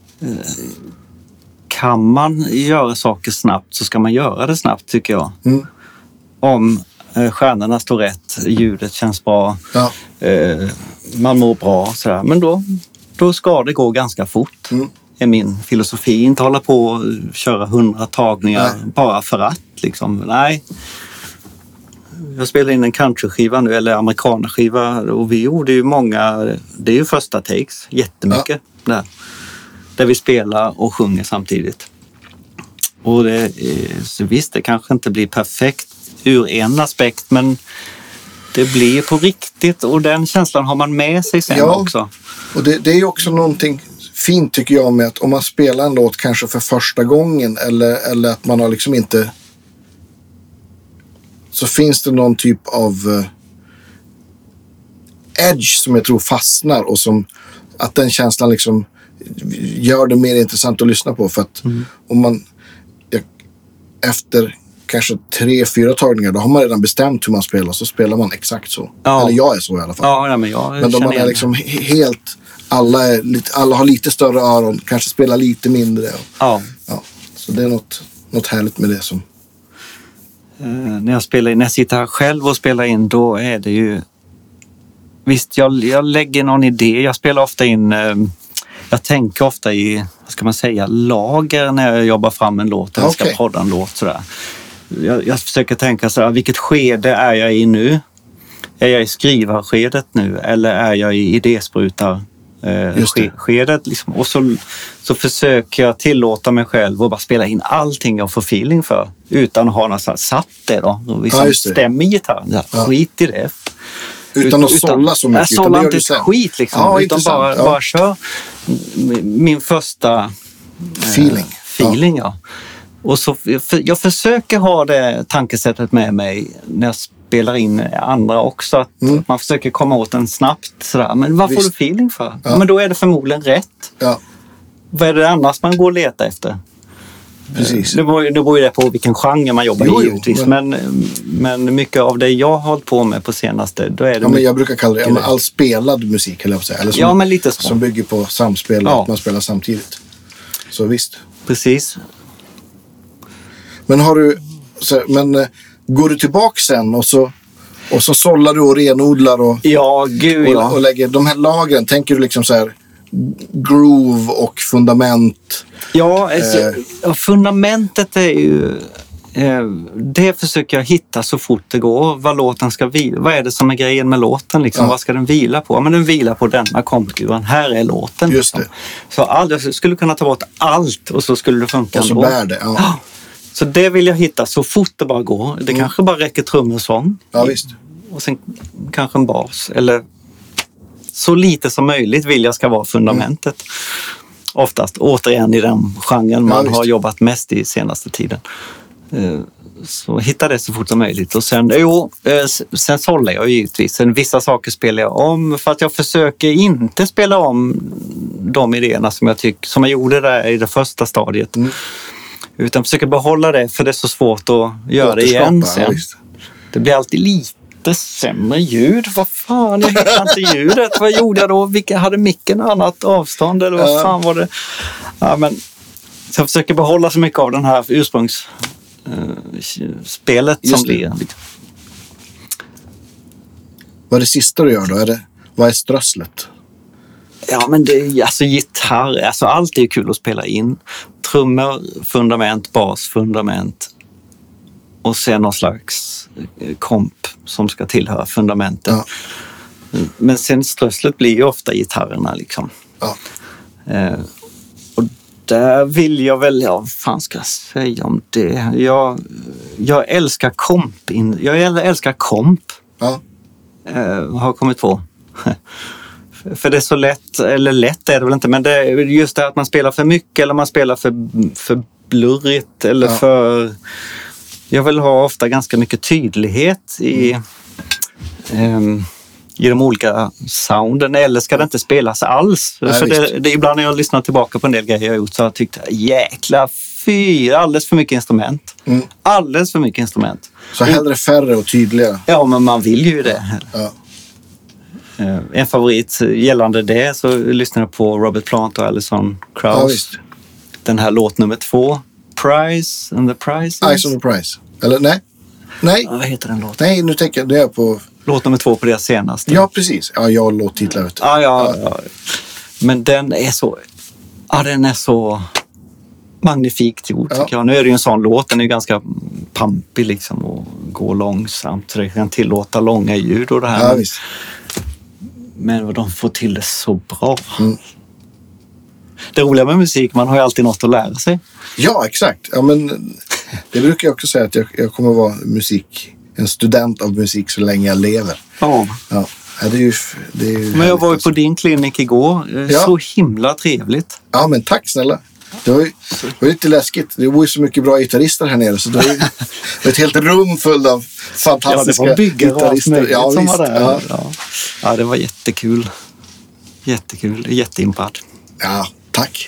Kan man göra saker snabbt så ska man göra det snabbt tycker jag. Om stjärnorna står rätt, ljudet känns bra, man mår bra sådär. Men då ska det gå ganska fort. Är min filosofi. Inte hålla på och köra 100 tagningar bara för att liksom. Nej. Jag spelar in en countryskiva nu, eller amerikanerskiva, och vi gjorde ju många, det är ju första takes, jättemycket där vi spelar och sjunger samtidigt. Och så visst, det kanske inte blir perfekt ur en aspekt, men det blir på riktigt, och den känslan har man med sig sen också. Och det är ju också någonting fint tycker jag med att om man spelar en låt kanske för första gången eller att man har liksom inte, så finns det någon typ av edge som jag tror fastnar, och som att den känslan liksom gör det mer intressant att lyssna på. För att om man efter kanske 3-4 tagningar, då har man redan bestämt hur man spelar, så spelar man exakt så. Eller jag är så i alla fall. Men då man är liksom helt, alla har lite större öron, kanske spelar lite mindre. Så det är något härligt med det som... När jag sitter här själv och spelar in, då är det ju... Visst, jag lägger någon idé. Jag spelar ofta in... Jag tänker ofta i, vad ska man säga, lager när jag jobbar fram en låt eller ska podda en låt sådär. Jag försöker tänka sådär, vilket skede är jag i nu? Är jag i skrivarskedet nu? Eller är jag i idésprutar-skedet? Liksom. Och så försöker jag tillåta mig själv att bara spela in allting jag får feeling för. Utan att ha något sådär, satt det då. Och liksom stämmer gitarren. Skit i det. Utan att sålla så mycket. Jag sållar inte ett skit liksom. Utan bara kör min första feeling. Och så jag försöker ha det tankesättet med mig när jag spelar in andra också. Att man försöker komma åt den snabbt. Sådär. Men vad får du feeling för? Ja. Men då är det förmodligen rätt. Ja. Vad är det annars man går och letar efter? Precis. Det beror ju på vilken genre man jobbar i givetvis. Men mycket av det jag har hållit på med på senaste, då är det... men jag brukar kalla det all spelad musik, eller säga. Eller som, men lite så. Som bygger på samspel och att man spelar samtidigt. Så visst. Precis. Men går du tillbaka sen och så sållar du och renodlar och lägger de här lagren, tänker du liksom så här groove och fundament? Ja, fundamentet är ju det försöker jag hitta så fort det går, vad låten ska vila. Vad är det som är grejen med låten liksom? Vad ska den vila på? Men den vilar på denna kompkuren. Här är låten. Just liksom. Så jag skulle kunna ta bort allt och så skulle det funka. Och så bär det, Så det vill jag hitta så fort det bara går. Det kanske bara räcker trummor och sång. Ja, visst. Och sen kanske en bas. Eller så lite som möjligt vill jag ska vara fundamentet. Oftast återigen i den genren man har jobbat mest i senaste tiden. Så hitta det så fort som möjligt. Och sen, sen sållar jag givetvis. Sen vissa saker spelar jag om för att jag försöker inte spela om de idéerna som jag gjorde där i det första stadiet. Utan försöker behålla det, för det är så svårt att göra det igen sen. Det blir alltid lite sämre ljud. Vad fan, jag hittade inte ljudet. Vad gjorde jag då? Hade micken annat avstånd? Eller vad fan var det? Ja, men så jag försöker behålla så mycket av den här ursprungsspelet som blir. Vad är det sista du gör då? Vad är strösslet? Ja, men det är alltså gitarr. Alltså allt är ju kul att spela in. Trummor, fundament, bas, fundament. Och sen någon slags komp som ska tillhöra fundamentet. Ja. Men sen strösslet blir ju ofta gitarrerna liksom. Ja. Och där vill jag väl, vad fan ska jag säga om det? Jag älskar komp. Jag älskar komp. Ja. Har kommit på. För det är så lätt, eller lätt är det väl inte, men det är just det att man spelar för mycket eller man spelar för blurrigt eller för... Jag vill ha ofta ganska mycket tydlighet i de olika sounden, eller ska det inte spelas alls? Nej, för det ibland när jag lyssnar tillbaka på en del grejer jag har gjort så har jag tyckt, jäkla alldeles för mycket instrument. Alldeles för mycket instrument. Så hellre färre och tydliga. Ja, men man vill ju det. Ja. En favorit gällande det så lyssnar jag på Robert Plant och Alison Krauss. Ja, den här låt nummer 2, Price and the Price. Eyes on the Price. Eller nej. Vad heter den låten? Nej, nu tänker jag det är på... Låt nummer 2 på deras senaste. Ja, precis. Ja, jag har låttitlar. Ja. Men den är så magnifikt gjord tycker jag. Nu är det ju en sån låt, den är ju ganska pampig liksom och går långsamt så det kan tillåta långa ljud och det här. Ja, visst. Men de får till det så bra. Det roliga med musik, man har ju alltid något att lära sig. Ja, exakt. Ja, men det brukar jag också säga att jag kommer att vara en student av musik så länge jag lever. Ja. Det är ju men jag var ju på din klinik igår. Så himla trevligt. Ja, men tack snälla. Det var lite läskigt. Det var ju så mycket bra gitarrister här nere. Så det var ett helt rum fullt av fantastiska gitarrister. Ja, som var där. Ja, det var jättekul. Jätteimpad. Ja, tack.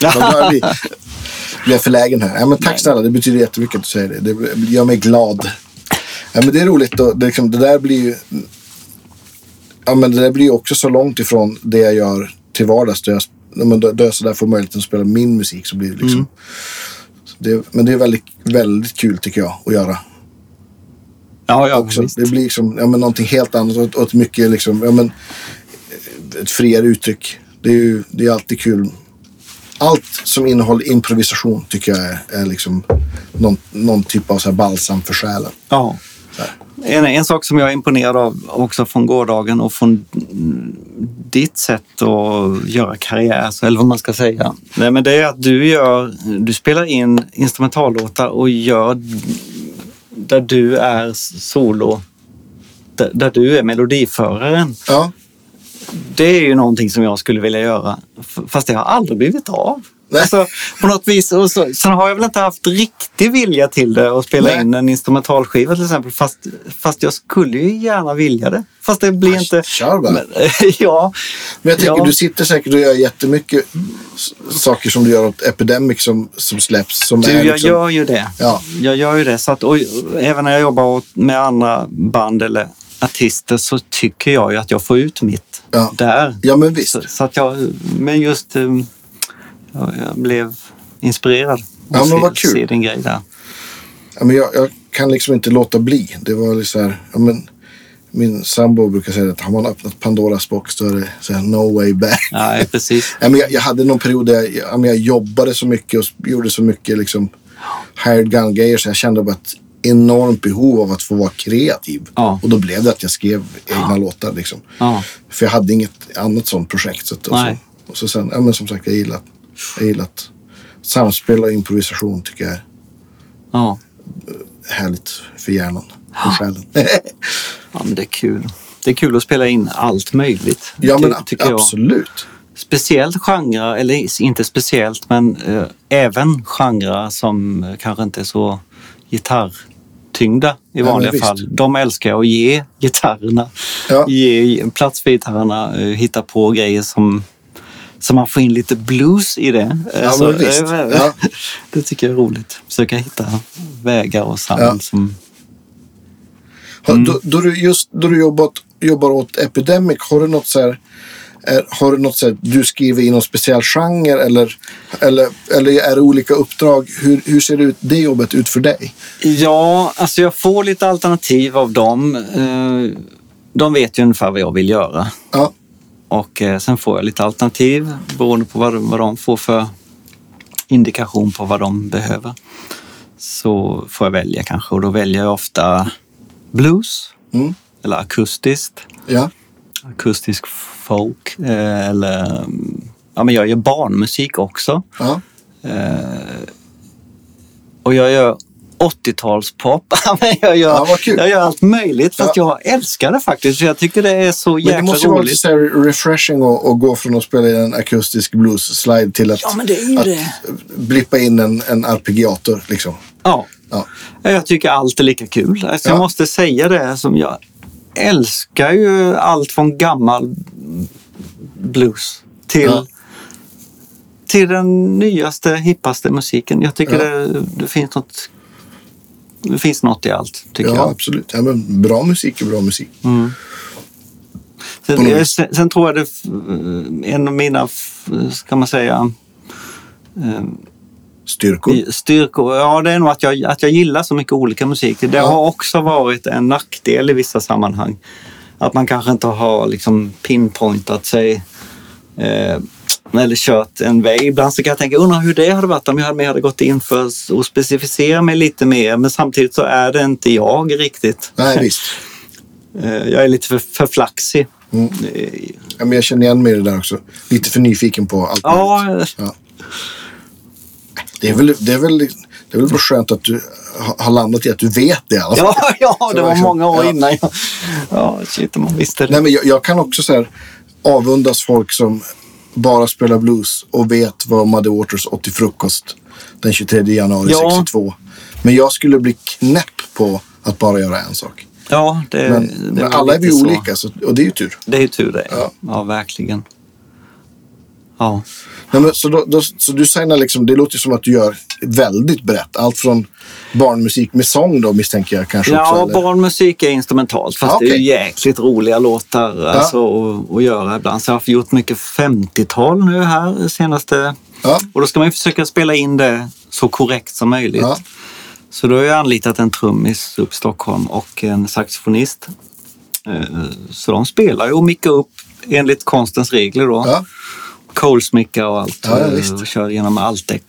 Jag är förlägen här. Ja, men tack snälla, det betyder jättemycket att du säger det. Det gör mig glad. Ja, men det är roligt. Det där blir ju... Ja, men det där blir ju också så långt ifrån det jag gör till vardags. Då jag så där får möjligheten att spela min musik så blir det liksom... Men det är väldigt, väldigt kul tycker jag att göra. Ja, också. Visst. Det blir liksom någonting helt annat och ett mycket liksom... ett friare uttryck. Det är alltid kul. Allt som innehåller improvisation tycker jag är liksom någon typ av så här balsam för själen. Ja. En sak som jag är imponerad av också från gårdagen och från ditt sätt att göra karriär, eller vad man ska säga. Nej, men det är att du spelar in instrumentallåtar och gör där du är solo, där du är melodiföraren. Ja. Det är ju någonting som jag skulle vilja göra. Fast det har aldrig blivit av. Alltså, på något vis. Och sen har jag väl inte haft riktig vilja till det att spela in en instrumentalskiva till exempel. Fast jag skulle ju gärna vilja det. Fast det blir inte... Men jag tänker, du sitter säkert och gör jättemycket saker som du gör åt Epidemic som släpps. Jag gör ju det. Ja. Jag gör ju det. Så att, och även när jag jobbar med andra band eller artister så tycker jag ju att jag får ut mitt där. Ja, men visst. Så att men just... jag blev inspirerad att se din grej där. Ja, men jag kan liksom inte låta bli. Det var så här, min sambo brukar säga att har man öppnat Pandoras box då är det så här, no way back. Ja, precis. Ja, men jag hade någon period där jag jobbade så mycket och gjorde så mycket liksom hired gun-grejer så jag kände bara ett enormt behov av att få vara kreativ. Ja. Och då blev det att jag skrev egna låtar liksom. Ja. För jag hade inget annat sånt projekt. Och så sen, men som sagt, jag gillat samspel och improvisation tycker jag är härligt för hjärnan och själen. Ja, men det är kul. Det är kul att spela in allt möjligt. Ja, men absolut. Speciellt genre, eller inte speciellt, men även genre som kanske inte är så gitarrtyngda i vanliga fall. De älskar jag att ge gitarrerna. Ja. Ge plats för gitarrerna. Hitta på grejer som man får in lite blues i det. Ja, så, visst. Ja. Det tycker jag är roligt. Försöka hitta vägar och sound som... Då du jobbar åt Epidemic, har du något så här... Har du något sätt du skriver i någon speciell genre eller är det olika uppdrag? Hur ser det ut, det jobbet ut för dig? Ja, alltså jag får lite alternativ av dem. De vet ju ungefär vad jag vill göra. Ja. Och sen får jag lite alternativ beroende på vad de får för indikation på vad de behöver. Så får jag välja kanske, och då väljer jag ofta blues eller akustiskt. Ja. Akustisk folk eller men jag gör barnmusik också. Ja. Och jag gör 80-talspop. jag gör allt möjligt för att jag älskar det faktiskt. Jag tycker det är så jäkla roligt. Men det måste vara lite så refreshing att gå från att spela en akustisk blues-slide till att, blippa in en arpeggiator liksom. Ja. Jag tycker allt är lika kul. Alltså jag måste säga det som jag älskar ju allt från gammal blues till den nyaste, hippaste musiken. Jag tycker det finns något i allt, tycker jag. Ja, absolut. Ja, men bra musik är bra musik. Sen tror jag det en av mina, ska man säga... Styrkor? Ja, det är nog att jag gillar så mycket olika musik. Det har också varit en nackdel i vissa sammanhang. Att man kanske inte har liksom pinpointat sig eller kört en väg. Ibland så kan jag tänka, undra hur det hade varit om jag hade gått in för att specificera mig lite mer. Men samtidigt så är det inte jag riktigt. Nej, visst. Jag är lite för flaxig. Ja, men jag känner igen mig i det där också. Lite för nyfiken på allt. Ja. Det är väl bara skönt att du har landat i att du vet det i alla fall. Ja, det var många år innan. Man visste det. Nej, men jag kan också så här avundas folk som bara spelar blues och vet vad Muddy Waters åt till frukost den 23 januari 62. Men jag skulle bli knäpp på att bara göra en sak. Ja, men alla är vi olika, så, och det är ju tur. Det är ju tur det. Ja, verkligen. Ja. Nej, men, så du säger liksom, det låter som att du gör väldigt brett. Allt från barnmusik med sång då, misstänker jag kanske också. Ja, barnmusik är instrumentalt. Fast det är ju jäkligt roliga låtar att göra ibland. Så jag har gjort mycket 50-tal nu här senaste. Ja. Och då ska man ju försöka spela in det så korrekt som möjligt. Ja. Så då har jag anlitat en trummis upp i Stockholm och en saxofonist. Så de spelar ju och mickar upp enligt konstens regler då. Ja. Kolsmicka och allt. Och kör genom Altec.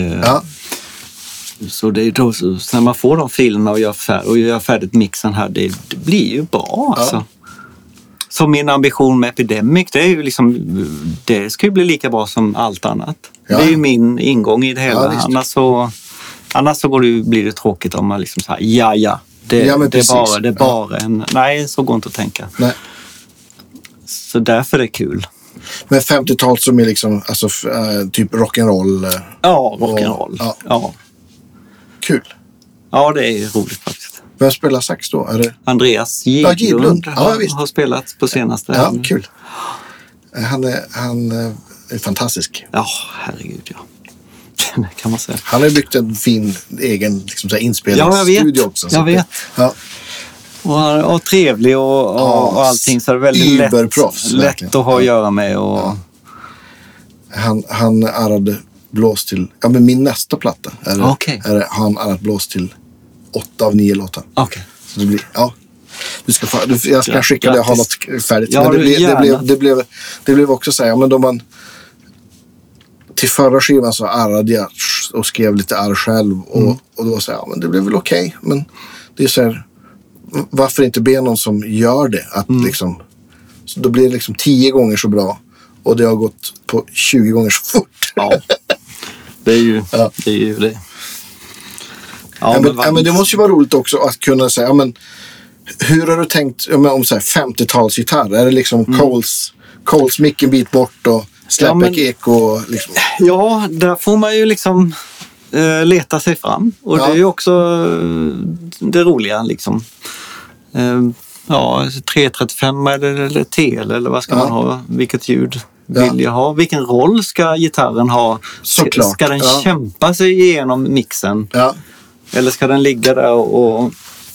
Så det är då, så när man får de filerna och gör färdigt mixen här, det blir ju bra alltså. Så min ambition med Epidemic, det är ju liksom, det ska ju bli lika bra som allt annat. Det är ju min ingång i det hela. Annars så blir det tråkigt om man liksom säger det är bara en... Nej, så går inte att tänka. Nej. Så därför är det kul. Men 50-tal som är liksom, alltså, typ rock'n'roll? Ja, rock'n'roll. Ja. Kul. Ja, det är roligt faktiskt. Vem spelar sax då? Är det... Andreas Gidlund har spelat på senaste. Ja, kul. Han är fantastisk. Ja, herregud, ja. Det kan man säga. Han har byggt en fin egen liksom, inspelningsstudio också. Jag vet. Ja. Och trevlig och allting, så är det väldigt lätt att ha att göra med. Och... Han arrade blås till, men min nästa platta är han arrat blås till 8 av 9 låtar. Okay. Så det blir, jag ska skicka det, jag har något färdigt. Ja, men det blev också så här, men då man till förra skivan så arrade jag och skrev lite arr själv och då sa jag, men det blev väl okej. Men det är så här, varför inte be någon som gör det? Att liksom, så då blir det liksom 10 gånger så bra och det har gått på 20 gånger så fort. Ja, det är ju det. Ja, men det måste ju vara roligt också att kunna säga, hur har du tänkt om så här 50-talsgitarr? Är det liksom Coles mick en bit bort och Slapback eko liksom? Ja, där får man ju liksom leta sig fram. Och det är ju också det roliga liksom. 335 eller TL eller vad ska man ha? Vilket ljud vill jag ha? Vilken roll ska gitarren ha? Såklart. Ska den kämpa sig igenom mixen? Ja. Eller ska den ligga där och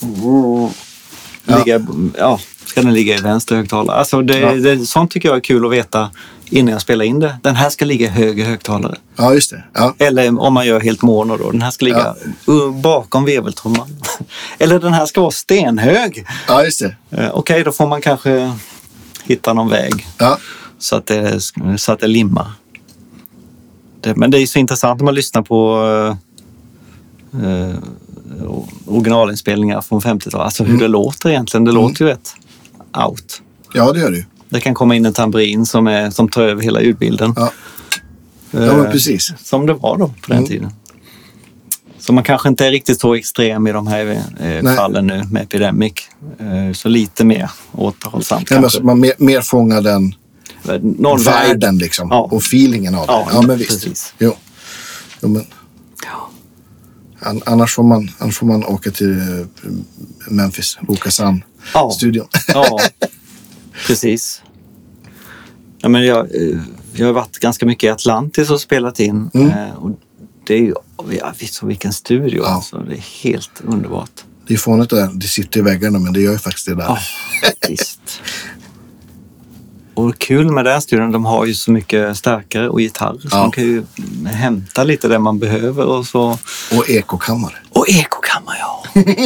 ligga, ska den ligga i vänster högtalare? Alltså sånt tycker jag är kul att veta innan jag spelar in det. Den här ska ligga i höger högtalare. Ja, just det. Ja. Eller om man gör helt mono då. Den här ska ligga bakom veveltrumman. Eller den här ska vara stenhög. Ja, just det. Okej, då får man kanske hitta någon väg. Ja. Så att det limmar. Men det är så intressant när man lyssnar på originalinspelningar från 50-talet. Alltså hur det låter egentligen. Det låter ju rätt out. Ja, det gör det ju. Det kan komma in en tamburin som tar över hela ljudbilden. Ja, men precis. Som det var då på den tiden. Så man kanske inte är riktigt så extrem i de här fallen nu med Epidemic. Så lite mer återhållsamt kanske. Man mer fångar den världen liksom. Ja. Och feelingen av den. Ja, men visst. Precis. Jo, men... Annars får man åka till Memphis, Okasan-studion. Ja, precis. Ja, men jag har varit ganska mycket i Atlantis och spelat in. Och det är ju, vilken studio alltså. Det är helt underbart. Det är fånigt där, det sitter i väggarna, men det gör ju faktiskt det där. Ja, visst. Och kul med den studion, de har ju så mycket stärkare och gitarr. Så man kan ju hämta lite det man behöver och så. Och ekokammare. Ja.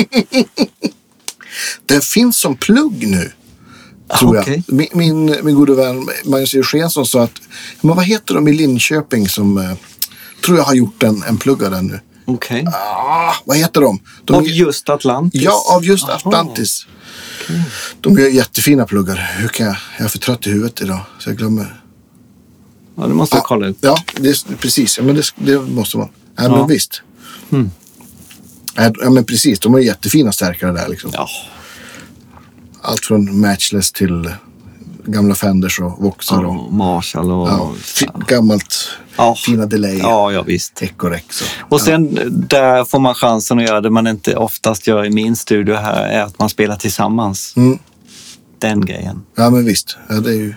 Den finns som plugg nu, tror jag. Min gode vän Magnus Eursensson sa att, men vad heter de i Linköping som tror jag har gjort en plugg av den nu. Okej. Vad heter de? Av just Atlantis? Ja, av just Atlantis. Okay. De gör jättefina pluggar. Hur kan jag är för trött i huvudet idag så jag glömmer. Ja, det måste jag kolla upp. Ja, precis. Ja, men det måste man. Ja, men visst. Ja, men precis. De har jättefina stärkare där liksom. Ja. Allt från Matchless till gamla Fenders och Voxer och Marshall och gammalt fina delay. Ja, visst. Ecorex. Och sen där får man chansen att göra det man inte oftast gör i min studio här, är att man spelar tillsammans. Den grejen. Ja, men visst. Ja, det är ju...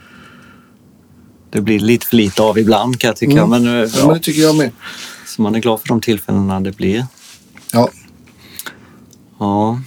Det blir lite för lite av ibland kan jag tycka. Men det tycker jag med. Så man är glad för de tillfällena det blir. Ja. Ja.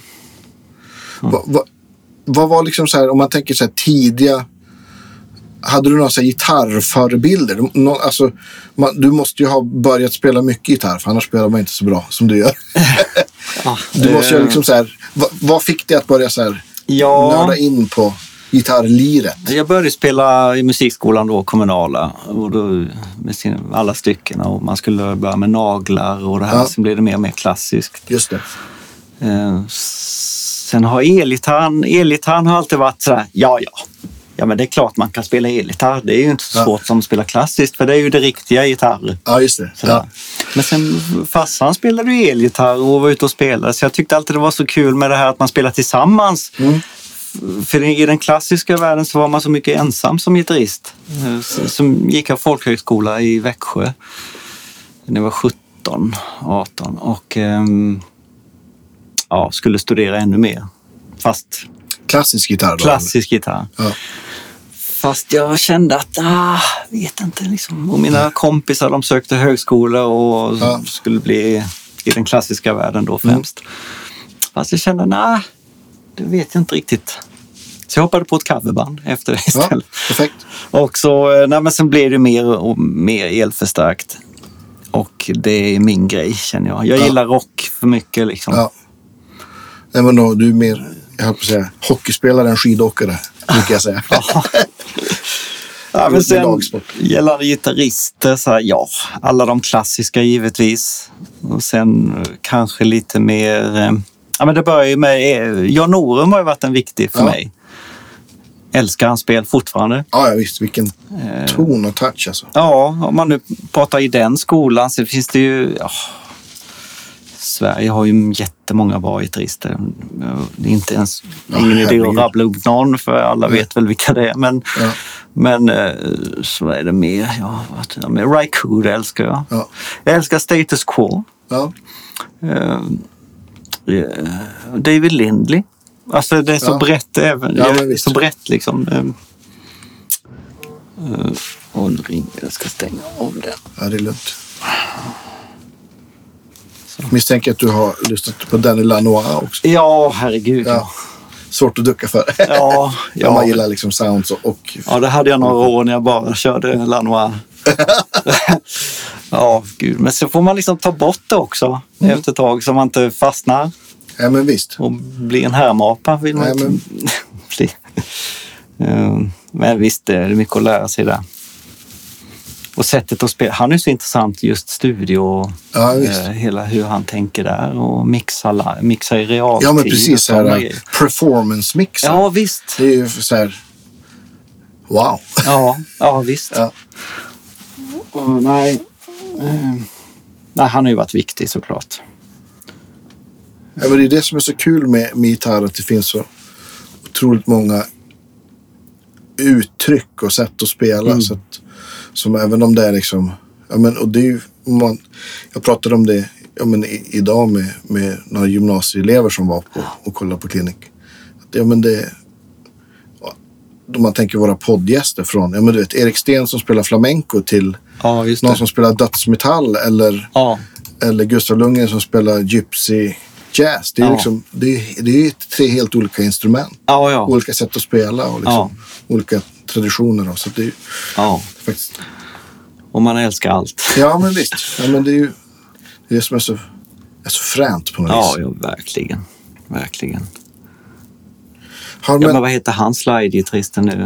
Vad var liksom så här, om man tänker så här tidiga, hade du några så här gitarrförebilder? Alltså, du måste ju ha börjat spela mycket gitarr, för annars spelar man inte så bra som du gör. Du måste ju liksom så här, vad fick dig att börja så här nörda in på gitarrliret? Jag började spela i musikskolan då, kommunala, och då med alla styckena, och man skulle börja med naglar och det här, sen blev det mer och mer klassiskt. Just det. Sen har elgitarren har alltid varit sådär, ja, men det är klart man kan spela elgitarr. Det är ju inte så svårt som att spela klassiskt, för det är ju det riktiga gitarr. Ja, just det. Ja. Men sen farsan spelade ju elgitarr och var ute och spelade, så jag tyckte alltid det var så kul med det här att man spelar tillsammans. För i den klassiska världen så var man så mycket ensam som gitarrist. Som gick av folkhögskola i Växjö när jag var 17, 18 och skulle studera ännu mer. Fast klassisk gitarr då? Klassisk gitarr. Ja. Fast jag kände att, vet inte liksom. Och mina kompisar, de sökte högskola och skulle bli i den klassiska världen då främst. Fast jag kände, det vet jag inte riktigt. Så jag hoppade på ett coverband efter det istället. Ja, perfekt. Och så, men sen blev det mer och mer elförstärkt. Och det är min grej, känner jag. Jag gillar rock för mycket liksom. Ja. Men då, du är mer, jag höll på att säga, hockeyspelare än skidåkare, brukar jag säga. Men sen gällande gitarrister, så här, alla de klassiska givetvis. Och sen kanske lite mer... men det börjar ju med... Jan Norum har ju varit en viktig för mig. Älskar hans spel fortfarande. Ja, visst. Vilken ton och touch alltså. Ja, om man nu pratar i den skolan så finns det ju... Sverige har ju jättemånga bra gitarrister. Det är inte ens ingen idé att rabbla upp någon, för alla vet väl vilka det är. Men så är det mer. Med Raikou älskar jag. Ja. Jag älskar Status Quo. Ja. David Lindley. Alltså det är så brett även. Ja, men visst. Så brett liksom. Och nu ringer jag. Ska stänga av den. Ja, det är lugnt. Misstänker att du har lyssnat på Danny Lanois också. Ja, herregud. Ja. Svårt att ducka för. Ja. Man gillar liksom sounds och... Ja, det hade jag några år när jag bara körde Lanois. Ja, gud. Men så får man liksom ta bort det också efter ett tag så man inte fastnar. Ja, men visst. Och blir en härmapa vill man inte bli. Men visst, det är mycket att lära sig där. Och sättet att spela. Han är så intressant just studio. Ja, visst. Hela hur han tänker där och mixa i realtid. Ja, men precis så här performance mix. Ja, visst. Det är ju så här wow. Ja, visst. Ja. Nej, han har ju varit viktig såklart. Ja, men det är det som är så kul med gitarr, att det finns så otroligt många uttryck och sätt att spela så att, som även om det är liksom och det är ju, jag pratade om det idag med några gymnasieelever som var på och kollade på klinik. Det då man tänker våra poddgäster från du vet Erik Sten som spelar flamenco till någon som spelar dödsmetall eller Gustav Lundgren som spelar gypsy jazz. Det är liksom det är 3 helt olika instrument. Olika sätt att spela och liksom olika traditioner då, så det är faktiskt. Och man älskar allt. Ja, men visst. Ja, men det är ju det som är så fränt på något vis. Ja, verkligen. Verkligen. Men vad heter han slide-gitarristen nu?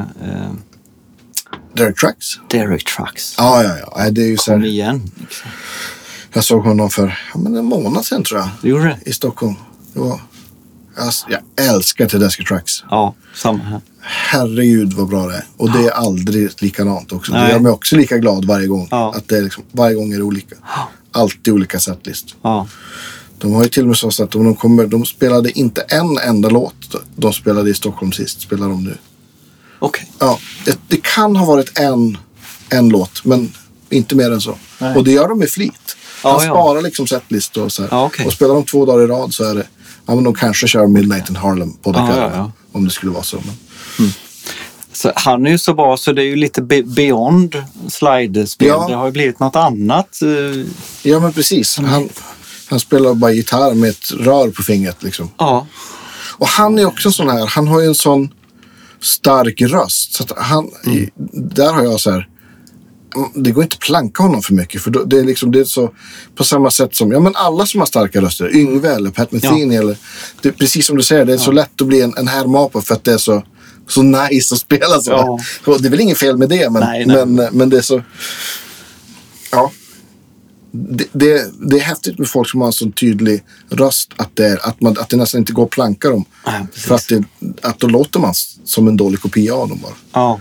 Derek Trucks. Ja. Det är ju så här. Kom igen. Liksom. Jag såg honom för en månad sedan tror jag. Du gjorde det? I Stockholm. Det var, jag älskar Tedeschi Trucks. Ja, samma här. Herregud vad bra det är. Och det är aldrig likadant också. Nej. Det gör mig också lika glad varje gång. Ja. Att det är liksom, varje gång är det olika. Alltid olika setlist. Ja. De har ju till och med så att de spelade inte en enda låt. De spelade i Stockholm sist. Spelar de nu. Okej. Ja, det kan ha varit en låt. Men inte mer än så. Nej. Och det gör de med flit. Han sparar liksom setlist och så här. Okay. Och spelar de 2 dagar i rad så är det. Ja, men de kanske kör Midnight in Harlem på det om det skulle vara så. Men. Så han är ju så bra så det är ju lite beyond slidespel. Ja. Det har ju blivit något annat. Ja, men precis. Han spelar bara gitarr med ett rör på fingret liksom. Ja. Och han är också sån här. Han har ju en sån stark röst. Så att där har jag så här. Det går inte att planka honom för mycket. För det är liksom det är så på samma sätt som alla som har starka röster. Yngve eller Pat Metheny eller det är precis som du säger. Det är så lätt att bli en härmapa för att det är så nice att spela så. Ja. Och det är väl ingen fel med det. Men det är så. Ja. Det är häftigt med folk som har en sån tydlig röst att det nästan inte går att planka dem. Ja, för att då låter man som en dålig kopia av dem bara. Ja.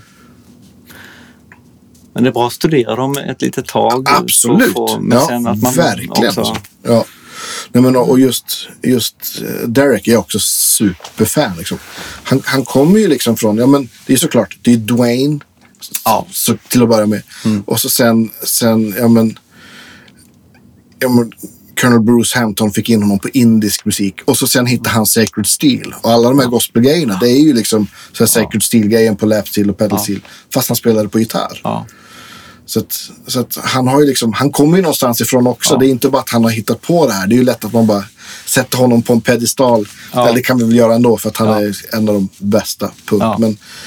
Men det är bra att studera dem ett litet tag. Absolut. Sen att man verkligen. Också... Ja. Nej, men, och just Derek är också superfan. Liksom. Han kommer ju liksom från, det är såklart, det är Dwayne så, till att börja med. Och så sen Colonel Bruce Hampton fick in honom på indisk musik. Och så sen hittade han Sacred Steel. Och alla de här gospelgrejerna, det är ju liksom så här Sacred Steel-grejen på lap steel och pedal steel. Fast han spelade på gitarr. Ja. Så att han har ju liksom, han kommer ju någonstans ifrån också. Ja. Det är inte bara att han har hittat på det här. Det är ju lätt att man bara sätter honom på en pedestal. Ja. Det kan vi väl göra ändå för att han är en av de bästa. Punkt. Ja.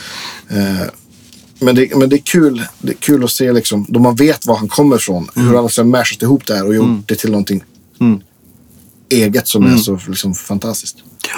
Men det är kul. Det är kul att se liksom, då man vet var han kommer ifrån. Hur han har mashat ihop det här och gjort det till någonting eget som är så liksom fantastiskt.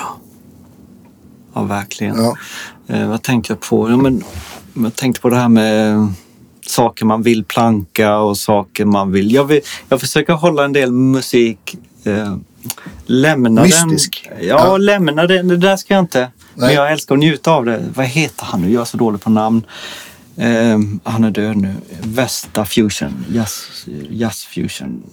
Ja, verkligen. Ja. Vad tänkte jag på? Jag tänkte på det här med saker man vill planka och saker man vill. Jag försöker hålla en del musik lämna mystisk. Den. Ja, lämna den. Det där ska jag inte. Nej. Men jag älskar att njuta av det. Vad heter han nu? Jag är så dålig på namn. Han är död nu. Vesta Fusion. Jazz Fusion.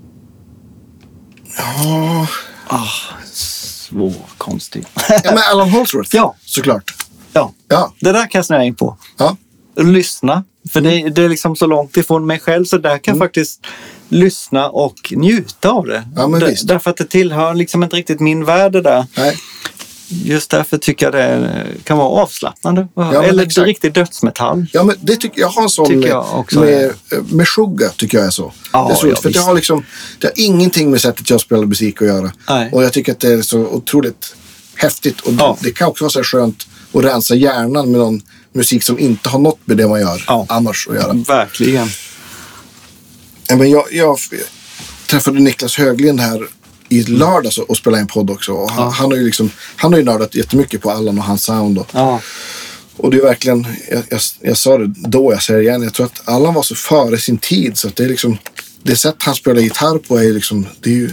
Ja. Svår, konstig. Men Alan Holdsworth. Ja. Såklart. Ja. Det där kan jag snöa in på. Ja. lyssna. För det är liksom så långt ifrån mig själv, så där kan jag faktiskt lyssna och njuta av det. Ja, men visst. Därför att det tillhör liksom inte riktigt min värld det där. Nej. Just därför tycker jag det kan vara avslappnande. Ja, eller riktigt dödsmetall. Ja, men det tycker jag har en sån med Sugar tycker jag är så. Ja, det är så för det har ingenting med sättet jag spelar musik att göra. Nej. Och jag tycker att det är så otroligt häftigt. Och det kan också vara så skönt att rensa hjärnan med någon musik som inte har något med det man gör annars att göra. Verkligen. Men jag träffade Niklas Höglind här i lördags och spelade en podd också. Och han har ju nördat jättemycket på Allan och hans sound. Och det är verkligen, jag sa det då, jag säger det igen, jag tror att Allan var så före sin tid, så att det är liksom, det sätt han spelar gitarr på är liksom, det är ju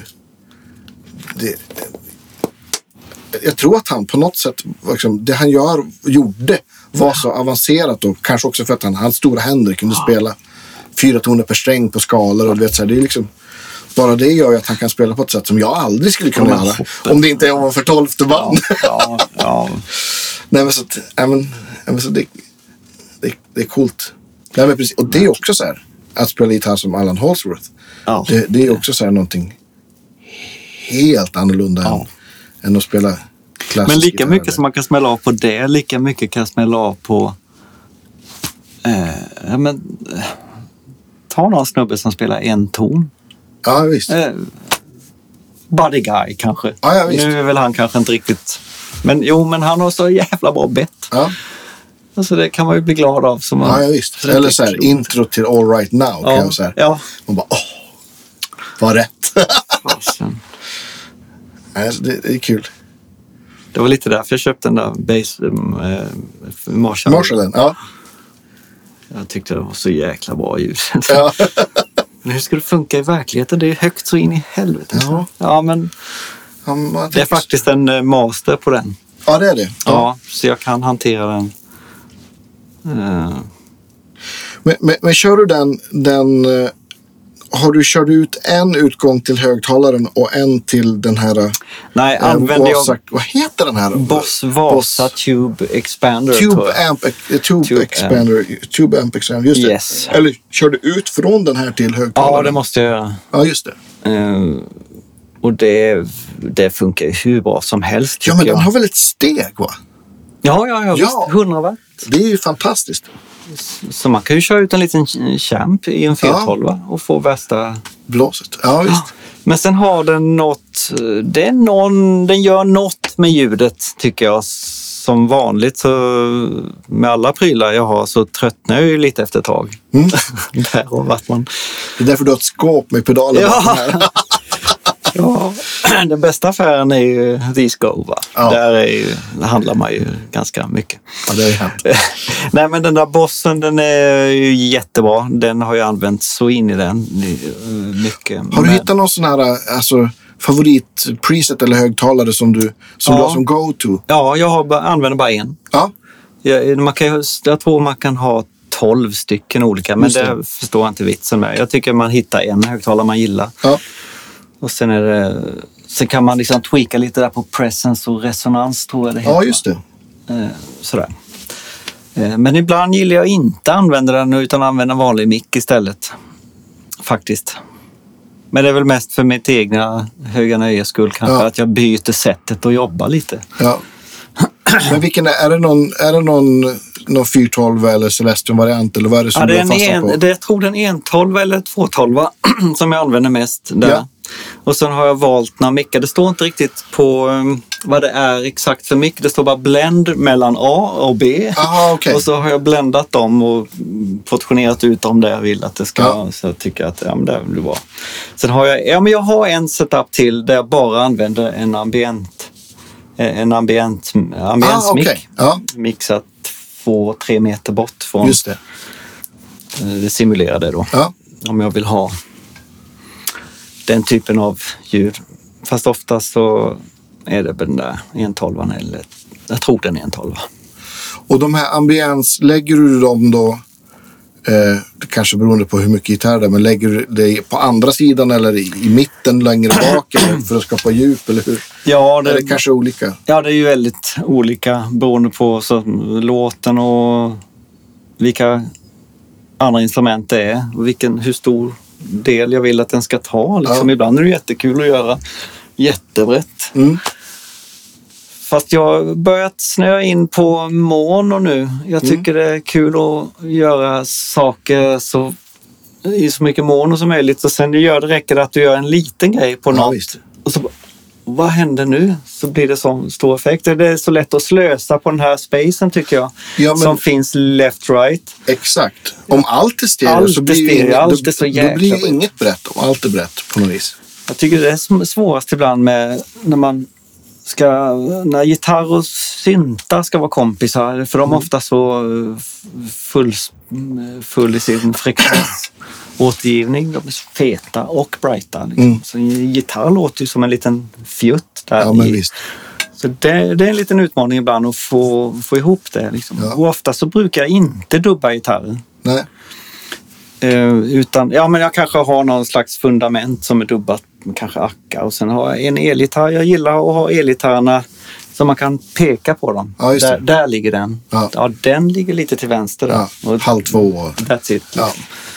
jag tror att han på något sätt liksom, det han gjorde var så avancerat, och kanske också för att hans stora händer kunde spela 4 toner per sträng på skalor, och du vet så här, det är liksom bara det gör ju att han kan spela på ett sätt som jag aldrig skulle kunna göra. Om det inte är ovanför 12:e band. Ja. Nej, men så att, det är coolt. Nej, men precis. Och det är också så här, att spela gitarr som Alan Holdsworth. Ja. Det är också så här någonting helt annorlunda än att spela klassisk. Men lika mycket som man kan smälla av på det, lika mycket kan smälla av på ta någon snubbe som spelar en ton. Ja, visst. Buddy Guy kanske. Ja, visst. Nu är väl han kanske inte riktigt... Men han har så jävla bra bett. Ja. Alltså det kan man ju bli glad av. Som ja, visst. Eller så här, intro till All Right Now. Kan jag säga. Ja. Man bara, vad rätt. Nej, det är kul. Det var lite därför jag köpte den där Marshallen, ja. Jag tyckte det var så jäkla bra ljud. Ja. Men hur ska det funka i verkligheten? Det är högt så in i helvete. Ja, men det är faktiskt en master på den. Ja, det är det. Ja, så jag kan hantera den. Men kör du den har du kört ut en utgång till högtalaren och en till den här? Nej, använder jag... Vad heter den här? Boss Vasa Tube Expander. Tube Amp Expander, just det. Yes. Eller kör du ut från den här till högtalaren? Ja, det måste jag göra. Ja, just det. Och det funkar ju hur bra som helst. Ja, men den har väl ett steg, va? Ja, visst. 100 watt. Det är ju fantastiskt. Så man kan ju köra ut en liten champ i en 412 och få värsta blåset. Ja, visst. Men sen har den den gör något med ljudet, tycker jag. Som vanligt så med alla prylar jag har så tröttnar jag ju lite efter ett tag. Där har varit man. Det är därför du har ett skåp med pedaler. Ja. Ja, den bästa affären är ju These Go, va? Ja. Där handlar man ju ganska mycket. Ja, det är hänt. Nej, men den där bossen, den är ju jättebra. Den har jag använt så in i den mycket. Har du hittat någon sån här favorit preset eller högtalare som du har som go-to? Ja, jag använder bara en. Ja. Jag tror man kan ha 12 stycken olika, men det förstår jag inte vitsen med. Jag tycker man hittar en högtalare man gillar. Ja. Och sen kan man liksom tweaka lite där på presence och resonans, tror jag det heter. Ja, just det. Sådär. Men ibland gillar jag inte använda den utan använda en vanlig mick istället. Faktiskt. Men det är väl mest för mitt egna höga nöjes skull kanske att jag byter sättet att jobba lite. Ja. Men vilken är det någon 412 eller Celestion-variant eller vad är det som du har fastnat på? Jag tror den 112 eller 212 som jag använder mest där. Ja. Och sen har jag valt några mickar. Det står inte riktigt på vad det är exakt för mick. Det står bara blend mellan A och B. Aha, okay. Och så har jag bländat dem och portionerat ut dem där jag vill att det ska. Ja. Så jag tycker att det blir bra. Sen har jag har en setup till där jag bara använder en ambiensmick. Okay. Ja. Mixat 2-3 meter bort från. Just det. Det simulerar det då. Ja. Om jag vill ha den typen av ljud. Fast oftast så är det den där 112 eller jag tror den är 112. Och de här ambiens, lägger du dem då det kanske beroende på hur mycket gitarr det är, men lägger du det på andra sidan eller i mitten längre bak eller för att skapa djup eller hur? Ja, det är kanske olika. Ja, det är ju väldigt olika beroende på låten och vilka andra instrument det är och hur stor del jag vill att den ska ta. Liksom. Ibland är det jättekul att göra jättebrett. Fast jag har börjat snöa in på mono nu. Jag tycker det är kul att göra saker i så mycket mono som möjligt. Och sen räcker det att du gör en liten grej på något. Visst. Och så vad händer nu? Så blir det sån stor effekt. Det är så lätt att slösa på den här spacen tycker jag. Ja, som finns left-right. Exakt. Om allt är stereo så blir det blir inget brett om allt är brett på något vis. Jag tycker det är svårast ibland med när gitarr och syntar ska vara kompisar. För de är ofta så full i sin frekvensåtergivning. De är feta och brighta. Liksom. Så gitarr låter ju som en liten fjutt där. Ja, men visst. Så det är en liten utmaning ibland att få ihop det. Liksom. Ja. Och ofta så brukar jag inte dubba gitarren. Nej. Utan, men jag kanske har någon slags fundament som är dubbat med kanske akka. Och sen har jag en elgitarr. Jag gillar att ha elgitarrerna så man kan peka på dem. Ja, där ligger den. Ja, den ligger lite till vänster där. Ja, 1,5. That's it. Ja.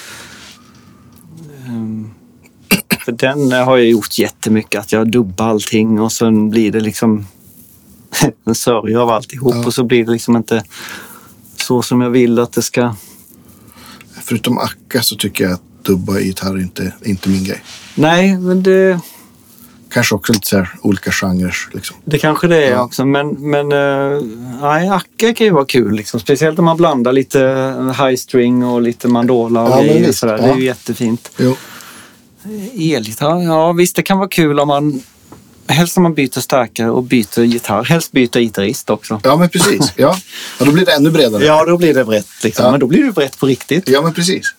För den har jag gjort jättemycket. Att jag dubbar allting och sen blir det liksom en sörja av alltihop. Ja. Och så blir det liksom inte så som jag vill att det ska. Förutom akka så tycker jag att dubba gitarr inte min grej. Nej, men det. Kanske också lite så här olika genrer liksom. Det kanske det är också, men akka kan ju vara kul liksom. Speciellt om man blandar lite high string och lite mandola och grejer och sådär. Det är ju jättefint. Jo. Elgitarr, visst det kan vara kul om man helst om man byter starkare och byter gitarr. Helst byter gitarrist också. Ja, men precis. Ja, då blir det ännu bredare. Ja, då blir det brett liksom. Ja. Men då blir det brett på riktigt. Ja, men precis.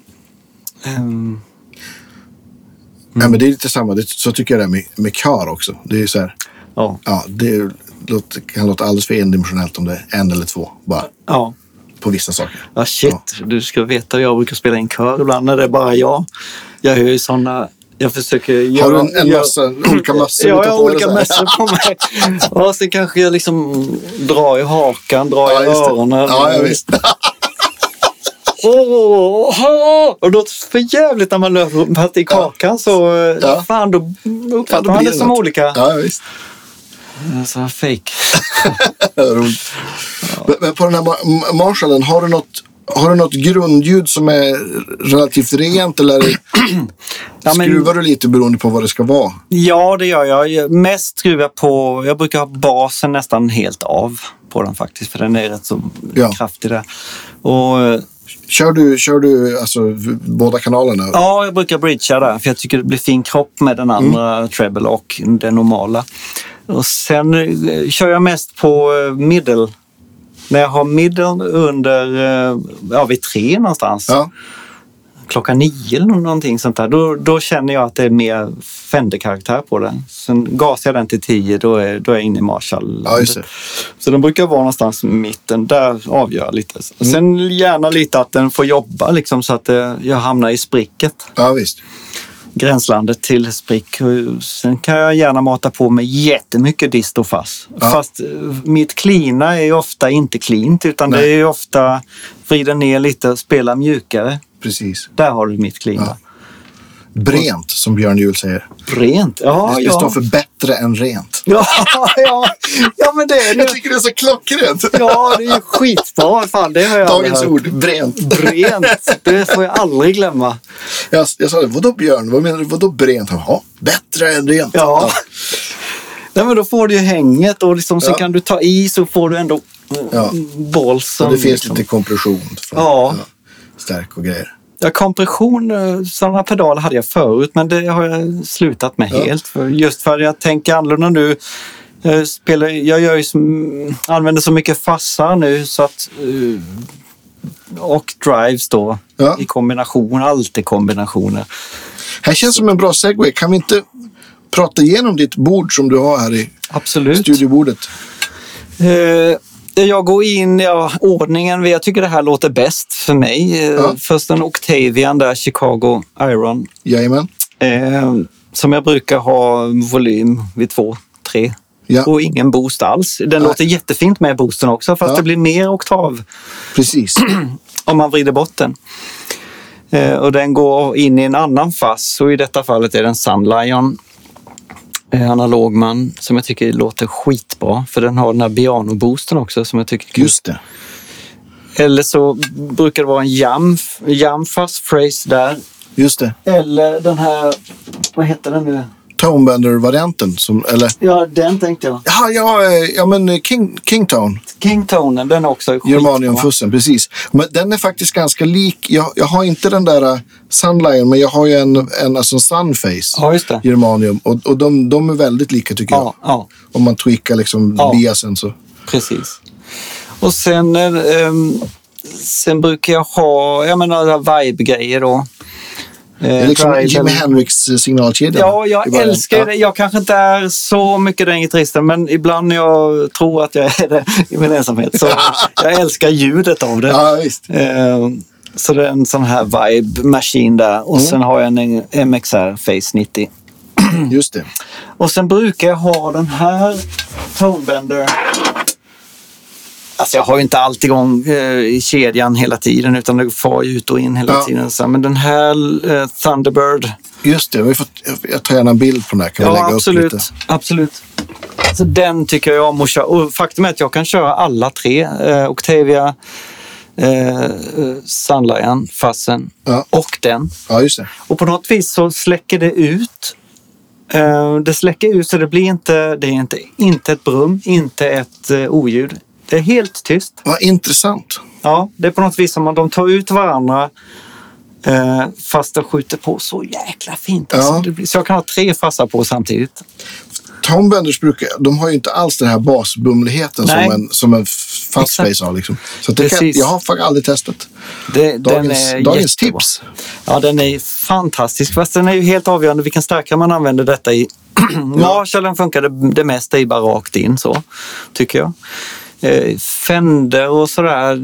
Ja, men det är lite samma. Så tycker jag det är med kör också. Det är så här. Ja. Ja, det kan låta alldeles för endimensionellt om det är en eller två bara. Ja. På vissa saker. Ja, shit. Ja. Du ska veta, jag brukar spela in kör ibland när det är bara jag. Jag hör ju sådana. Jag försöker göra. Har du en massa olika massor? Ja, jag har olika massor på mig. Och sen kanske jag liksom drar i hakan, drar i öronen. Ja, visst. Och då för jävligt när man löper fast i kakan så fan då uppfattar man det som något. Olika. Ja, visst. Så fake. Men på den här Marshallen har du något grundljud som är relativt rent eller skruvar du lite beroende på vad det ska vara? Ja, det gör jag. Mest skruvar på, jag brukar ha basen nästan helt av på den faktiskt för den är rätt så kraftig där. Och Kör du alltså båda kanalerna? Ja, jag brukar bridgea där för jag tycker det blir fin kropp med den andra treble och den normala. Och sen kör jag mest på middle. När jag har middle under vid 3 någonstans. Ja. Klockan 9 eller någonting sånt där. Då känner jag att det är mer Fender-karaktär på den. Sen gasar jag den till 10, då är jag inne i Marshall. Ja, just det. Så den brukar vara någonstans i mitten. Där avgör jag lite. Sen gärna lite att den får jobba liksom, så att jag hamnar i spricket. Ja, visst. Gränslandet till sprick. Sen kan jag gärna mata på med jättemycket dist och fass. Ja. Fast mitt cleana är ofta inte cleant utan det är ofta vrida ner lite och spela mjukare. Precis. Där har du mitt cleana. Ja. Brent, som Björn Juhl säger. Brent? Ja, det står för bättre än rent. Ja, men det är det. Jag tycker det är så klockrent. Ja, det är ju skitbra. Fan, det har jag dagens ord, brent. Brent, det får jag aldrig glömma. Jag sa det, vadå Björn? Vad menar du, vadå brent? Ja, bättre än rent. Ja. Nej, men då får du ju hänget och liksom, så kan du ta i så får du ändå bolsen. Det finns liksom lite kompression från stärk och grejer. Ja, kompression, sådana pedaler hade jag förut men det har jag slutat med helt. Just för jag tänker annorlunda nu. Jag använder så mycket fassar nu så att och drives då i kombination, alltid kombinationer. Här känns som en bra segway. Kan vi inte prata igenom ditt bord som du har här i studiobordet? Jag går in i ordningen. Jag tycker det här låter bäst för mig. Först en Octavian där, Chicago Iron. Jajamän. Som jag brukar ha volym vid 2, 3 Ja. Och ingen boost alls. Den låter jättefint med boosten också, fast det blir mer oktav. Precis. Om man vrider bort den. Och den går in i en annan fas. Så i detta fallet är det en Sunlion analogman som jag tycker låter skitbra. För den har den här piano-boosten också som jag tycker är kul. Just det. Eller så brukar det vara en jam fast phrase där. Just det. Eller den här, vad heter den nu? Tonebender-varianten. Eller? Ja, den tänkte jag. Ja, men Kingtone. Kingtonen, den är också Germaniumfussen, precis. Men den är faktiskt ganska lik. Jag har inte den där Sunlion, men jag har ju en Sunface. Ja, just det. Germanium. Och de är väldigt lika tycker jag. Ja. Om man tweakar liksom biasen så. Precis. Och sen brukar jag ha, vibe-grejer då. Det är liksom Jimi Hendrix signalkedja. Ja, jag älskar det. Jag kanske inte är så mycket den gitarristen, men ibland när jag tror att jag är det i min ensamhet så jag älskar ljudet av det. Ja, visst. Så det är en sån här vibe-maskin där. Och sen har jag en MXR Face 90. Just det. Och sen brukar jag ha den här Tonebender. Alltså jag har ju inte allt igång i kedjan hela tiden utan det far ut och in hela tiden. Så, men den här Thunderbird. Just det, jag tar gärna en bild på den här. Kan vi lägga absolut, upp lite? Absolut. Så den tycker jag om att köra. Och faktum är att jag kan köra alla tre. Octavia, Sunlion, Fassen och den. Ja, just det. Och på något vis så släcker det ut. Det släcker ut så det är inte ett brum, inte ett oljud. Det är helt tyst. Vad intressant. Ja, det är på något vis som att de tar ut varandra fast de skjuter på så jäkla fint. Alltså. Så jag kan ha 3 fassar på samtidigt. Tonebenders de har ju inte alls den här basbumligheten som en fast space har. Liksom. Så jag har faktiskt aldrig testat. Dagens tips. Ja, den är fantastisk. Fast den är ju helt avgörande vilken stärkare man använder detta i. Marshallen funkar det mesta i bara rakt in så, tycker jag. Fender och sådär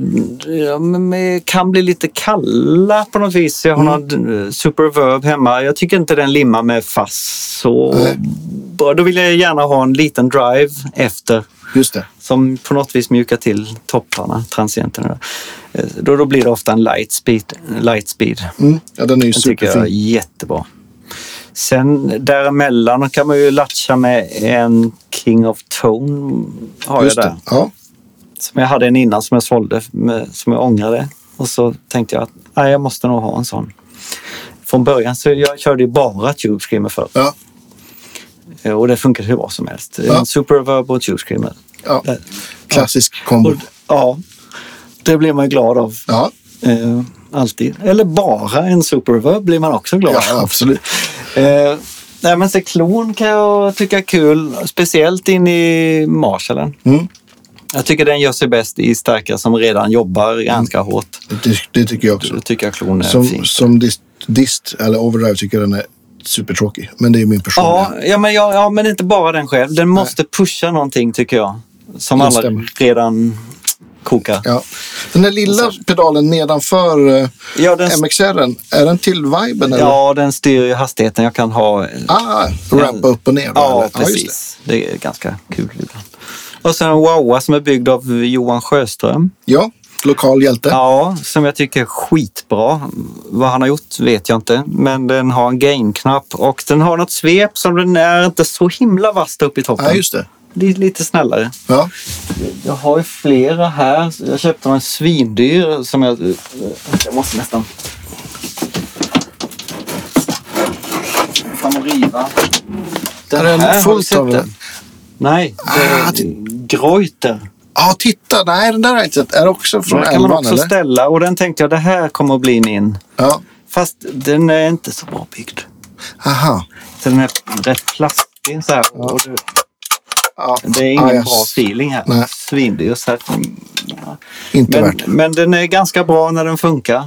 kan bli lite kalla på något vis. Jag har någon Superverb hemma. Jag tycker inte den limmar med fast så bra. Då vill jag gärna ha en liten drive efter. Just det. Som på något vis mjukar till topparna, transienterna. Då blir det ofta en light speed. Ja, den är ju superfin. Tycker jag är jättebra. Sen däremellan kan man ju latcha med en King of Tone. Har just jag där. Det. Ja. Som jag hade en innan som jag sålde, som jag ångrade. Och så tänkte jag att jag måste nog ha en sån. Från början så jag körde ju bara Tube Screamer för. Ja. Och det funkar hur bra som helst. En Superverb och Tube Screamer. Ja. Klassisk kombo. Ja, det blir man glad av. Ja. Alltid. Eller bara en Superverb blir man också glad av. Ja, absolut. Nej, men Cyclone kan jag tycka är kul. Speciellt in i Marshallen. Jag tycker den gör sig bäst i stärkare som redan jobbar ganska hårt. Det tycker jag också. Det tycker jag Klon är fint. Som dist eller overdrive tycker jag den är supertråkig. Men det är min personliga. Men inte bara den själv. Den måste pusha någonting tycker jag. Som alla redan kokar. Ja. Den där lilla pedalen nedanför MXR:en, är den till viben? Eller? Ja, den styr ju hastigheten. Jag kan ha... rampa upp och ner. Då, ja, precis. Det är ganska kul ibland. Och sen en Wawa som är byggd av Johan Sjöström. Ja, lokal hjälte. Ja, som jag tycker är skitbra. Vad han har gjort vet jag inte. Men den har en gain-knapp och den har något svep som den är inte så himla vast upp i toppen. Ja, just det. Lite snällare. Ja. Jag har ju flera här. Jag köpte en svindyr som jag måste nästan... Fan och riva. Den här fullt av den. Nej, det är Greuter. Ja, titta. Nej, den där har jag inte sett. Är det också från den kan man också ställa. Och den tänkte jag, det här kommer att bli min. Ja. Fast den är inte så bra byggd. Aha. Så den är rätt plastig så här. Ja. Det är ingen bra feeling här. Nej. Svindyr. Så här. Inte värt. Men den är ganska bra när den funkar.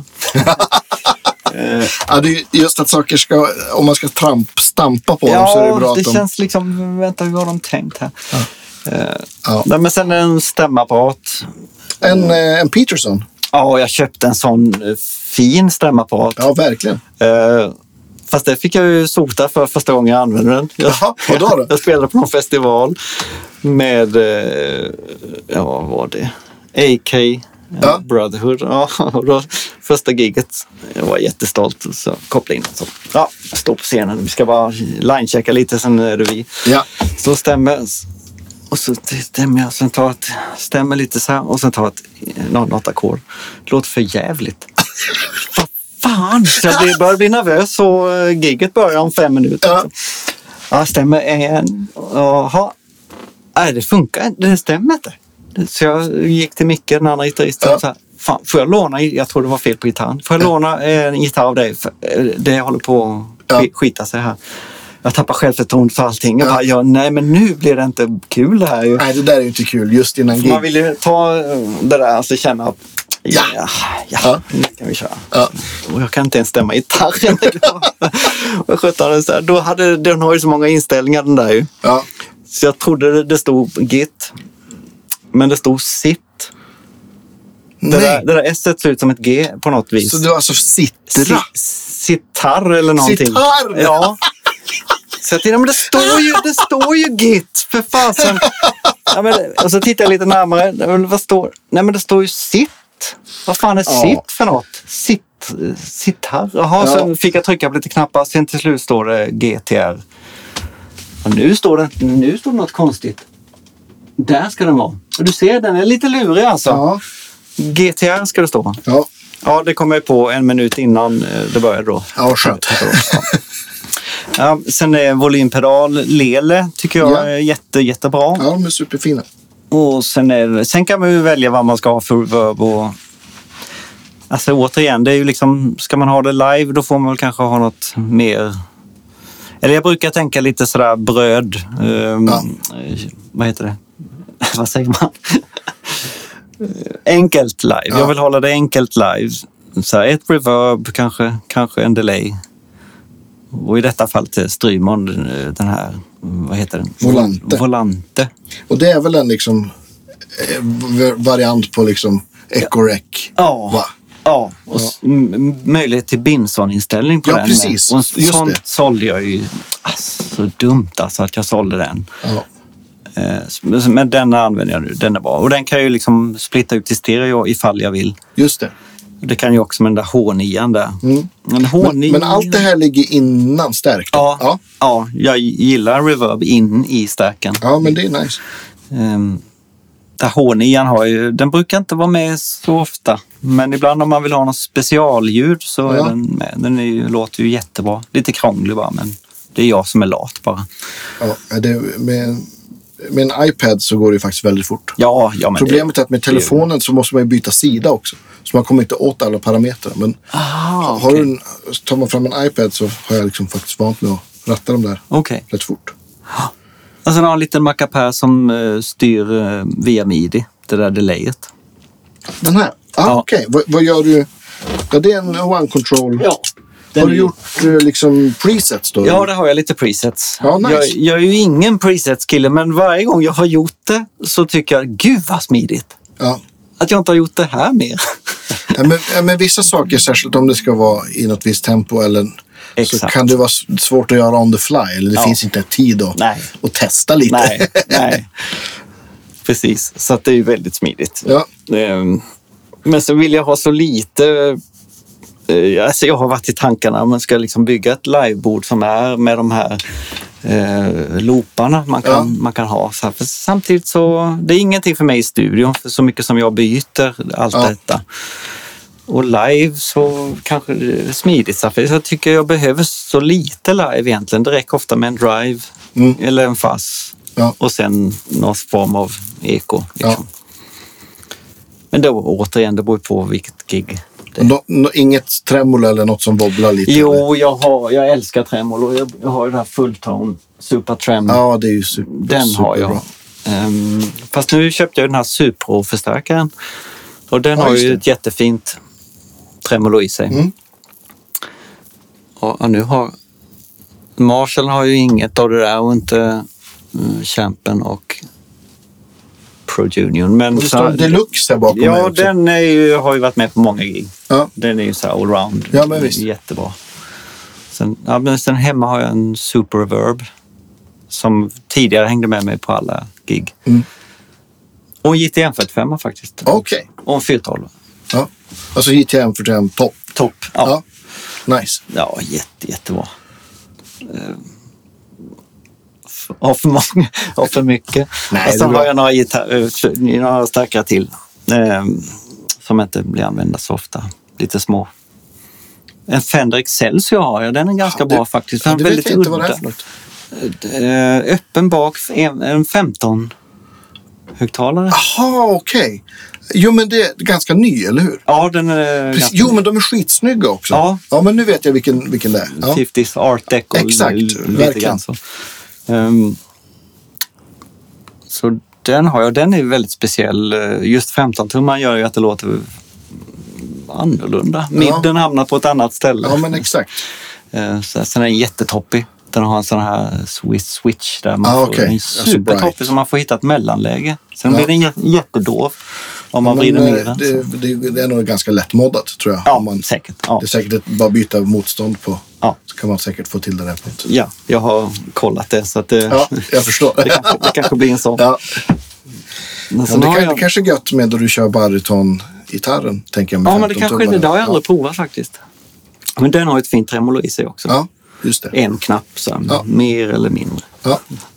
Ja, det är just att saker ska, om man ska stampa på dem så är det bra att det känns liksom, vänta, hur har de tänkt här? Ja. Men sen en stämapparat. En Peterson? Ja, jag köpte en sån fin stämapparat. Ja, verkligen. Fast det fick jag ju sota för första gången jag använde den. Jaha, vad då? Jag spelade på någon festival med, vad var det? AK Brotherhood. Ja, och då, första giget. Jag var jättestolt. Så kopplade in. Så, ja, jag står på scenen. Vi ska bara linechecka lite, sen är det vi. Ja. Så stämmer. Och så stämmer jag. Sen stämmer lite så här. Och sen tar något ackord. Det låter för jävligt. Fan! Jag börjar bli nervös. Så giget börjar om 5 minuter. Ja. Ja, stämmer en. Jaha. Nej, det funkar. Det stämmer inte. Så jag gick till Micke, den andra gitarristen, och så här, fan, får jag låna, jag tror det var fel på gitarren, får jag låna en gitarr av dig? Det håller på att skita sig här. Jag tappar självförtroendet för allting. Jag bara, nej men nu blir det inte kul det här ju. Nej, det där är ju inte kul just innan gig. Man vill ju ta det där, alltså känna, ja, nu kan vi köra. Ja. Och jag kan inte ens stämma gitarren. Och skötte så här. Den har ju så många inställningar den där ju. Ja. Så jag trodde det stod git. Men det stod sitt. Det där S-et ser ut som ett G på något vis. Så det var alltså sittra? Sitar eller någonting. Sitar? Ja. Så jag tänkte, men det står ju git, för fasen. Ja, och så tittar jag lite närmare. Vad står? Nej, men det står ju sitt. Vad fan är sitt för något? Sitar. Jaha, så fick jag trycka på lite knappar. Sen till slut står det GTR. Och nu står det något konstigt. Där ska den vara. Och du ser, den är lite lurig alltså. Ja. GTR ska det stå. Ja. Ja, det kom jag på 1 minut innan det började då. Ja, skönt. Ja, sen är volympedal Lele tycker jag är jättebra. Ja, de är superfina. Och sen kan man ju välja vad man ska ha för reverb och... Alltså återigen, det är ju liksom, ska man ha det live då får man väl kanske ha något mer... Eller jag brukar tänka lite sådär bröd. Vad heter det? Vad säger man? Enkelt live. Jag vill hålla det enkelt live. Så här, ett reverb, kanske en delay. Och i detta fall till Strymon, den här, vad heter den? Volante. Och det är väl en liksom variant på liksom Echo-Rec? Ja. Ja, och möjlighet till Binson-inställning på den. Ja, precis. Och sånt sålde jag ju så dumt alltså att jag sålde den. Ja. Men den använder jag nu, den är bra. Och den kan jag ju liksom splitta ut till stereo ifall jag vill. Just det. Det kan ju också med den där H9 där. Men allt det här ligger innan stärk? Ja, jag gillar reverb in i stärken. Ja, men det är nice. Där H9 den brukar inte vara med så ofta. Men ibland om man vill ha något specialljud så är den med. Den låter ju jättebra. Lite krånglig bara, men det är jag som är lat bara. Ja, med en iPad så går det ju faktiskt väldigt fort. Ja, men problemet är att med telefonen så måste man ju byta sida också. Så man kommer inte åt alla parametrar. Men tar man fram en iPad så har jag liksom faktiskt vant med att ratta dem där rätt fort. Och sen har en liten mackapär som styr via MIDI, det där delayet. Den här? Okej. Vad gör du? Ja, det är en One Control. Ja. Har du gjort liksom presets då? Ja, det har jag lite presets. Ja, nice. Jag är ju ingen presets-kille, men varje gång jag har gjort det så tycker jag, gud vad smidigt. Ja. Att jag inte har gjort det här mer. men vissa saker, särskilt om det ska vara i något visst tempo eller så kan det vara svårt att göra on the fly. Eller det finns inte tid att testa lite. Nej. Precis, så att det är ju väldigt smidigt. Ja. Men så vill jag ha så lite... Alltså jag har varit i tankarna om man ska liksom bygga ett livebord som är med de här looparna man kan ha. Så här. För samtidigt så, det är ingenting för mig i studion för så mycket som jag byter allt detta. Och live så kanske det är smidigt. Så jag tycker jag behöver så lite live egentligen. Det räcker ofta med en drive eller en fuzz. Ja. Och sen någon form av eko. Liksom. Ja. Men då återigen, det beror på vilket gig. Inget tremolo eller något som wobblar lite? Jo, jag älskar tremolo. Jag har ju det här fulltone Super Trem. Ja, det är ju den har jag. Fast nu köpte jag den här Supro-förstärkaren. Och den har ju ett jättefint tremolo i sig. Och nu har Marshall har ju inget av det där och inte Champen och Pro Junior. Men det står Deluxe här bakom mig också. Den har ju varit med på många gig. Ja. Den är ju så här allround. Ja, men visst. Jättebra. Sen hemma har jag en Super Reverb som tidigare hängde med mig på alla gig. Och en JTM 45 faktiskt. Okej. Och en 412. Ja. Alltså JTM 45 topp. Topp, ja. Nice. Ja, jättebra. Av för många, av för mycket. Nej, och sen har jag några starkare till. Som inte blir använda så ofta. Lite små. En Fender Excelsior har jag. Den är ganska bra faktiskt. Det vet jag inte vad det är för något. Öppen bak, en 15 högtalare. Jaha, okej. Jo, men det är ganska ny, eller hur? Ja, den är ganska Jo, men de är skitsnygga också. Ja, men nu vet jag vilken det är. Ja. 50s Art Deco. Exakt, verkligen. Så den har jag. Den är väldigt speciell. Just 15-tumman gör ju att det låter annorlunda. Midden hamnar på ett annat ställe. Ja, men exakt. Sen är den jättetoppig. Den har en sån här switch där man får en supertoppig så man får hitta ett mellanläge. Sen blir den jättedov om man vrider ner den. Det är nog ganska lättmoddat, tror jag. Ja, säkert. Ja. Det är säkert bara byta motstånd på. Ja. Så kan man säkert få till det där. Ja, jag har kollat det. Så att ja, jag förstår. det kanske blir en sån. Ja. Det kanske är gött med då du kör bariton-gitarren, tänker jag. Ja, men det har jag aldrig provat faktiskt. Men den har ett fint tremolo i sig också. Ja, just det. En knapp, så mer eller mindre. Ja.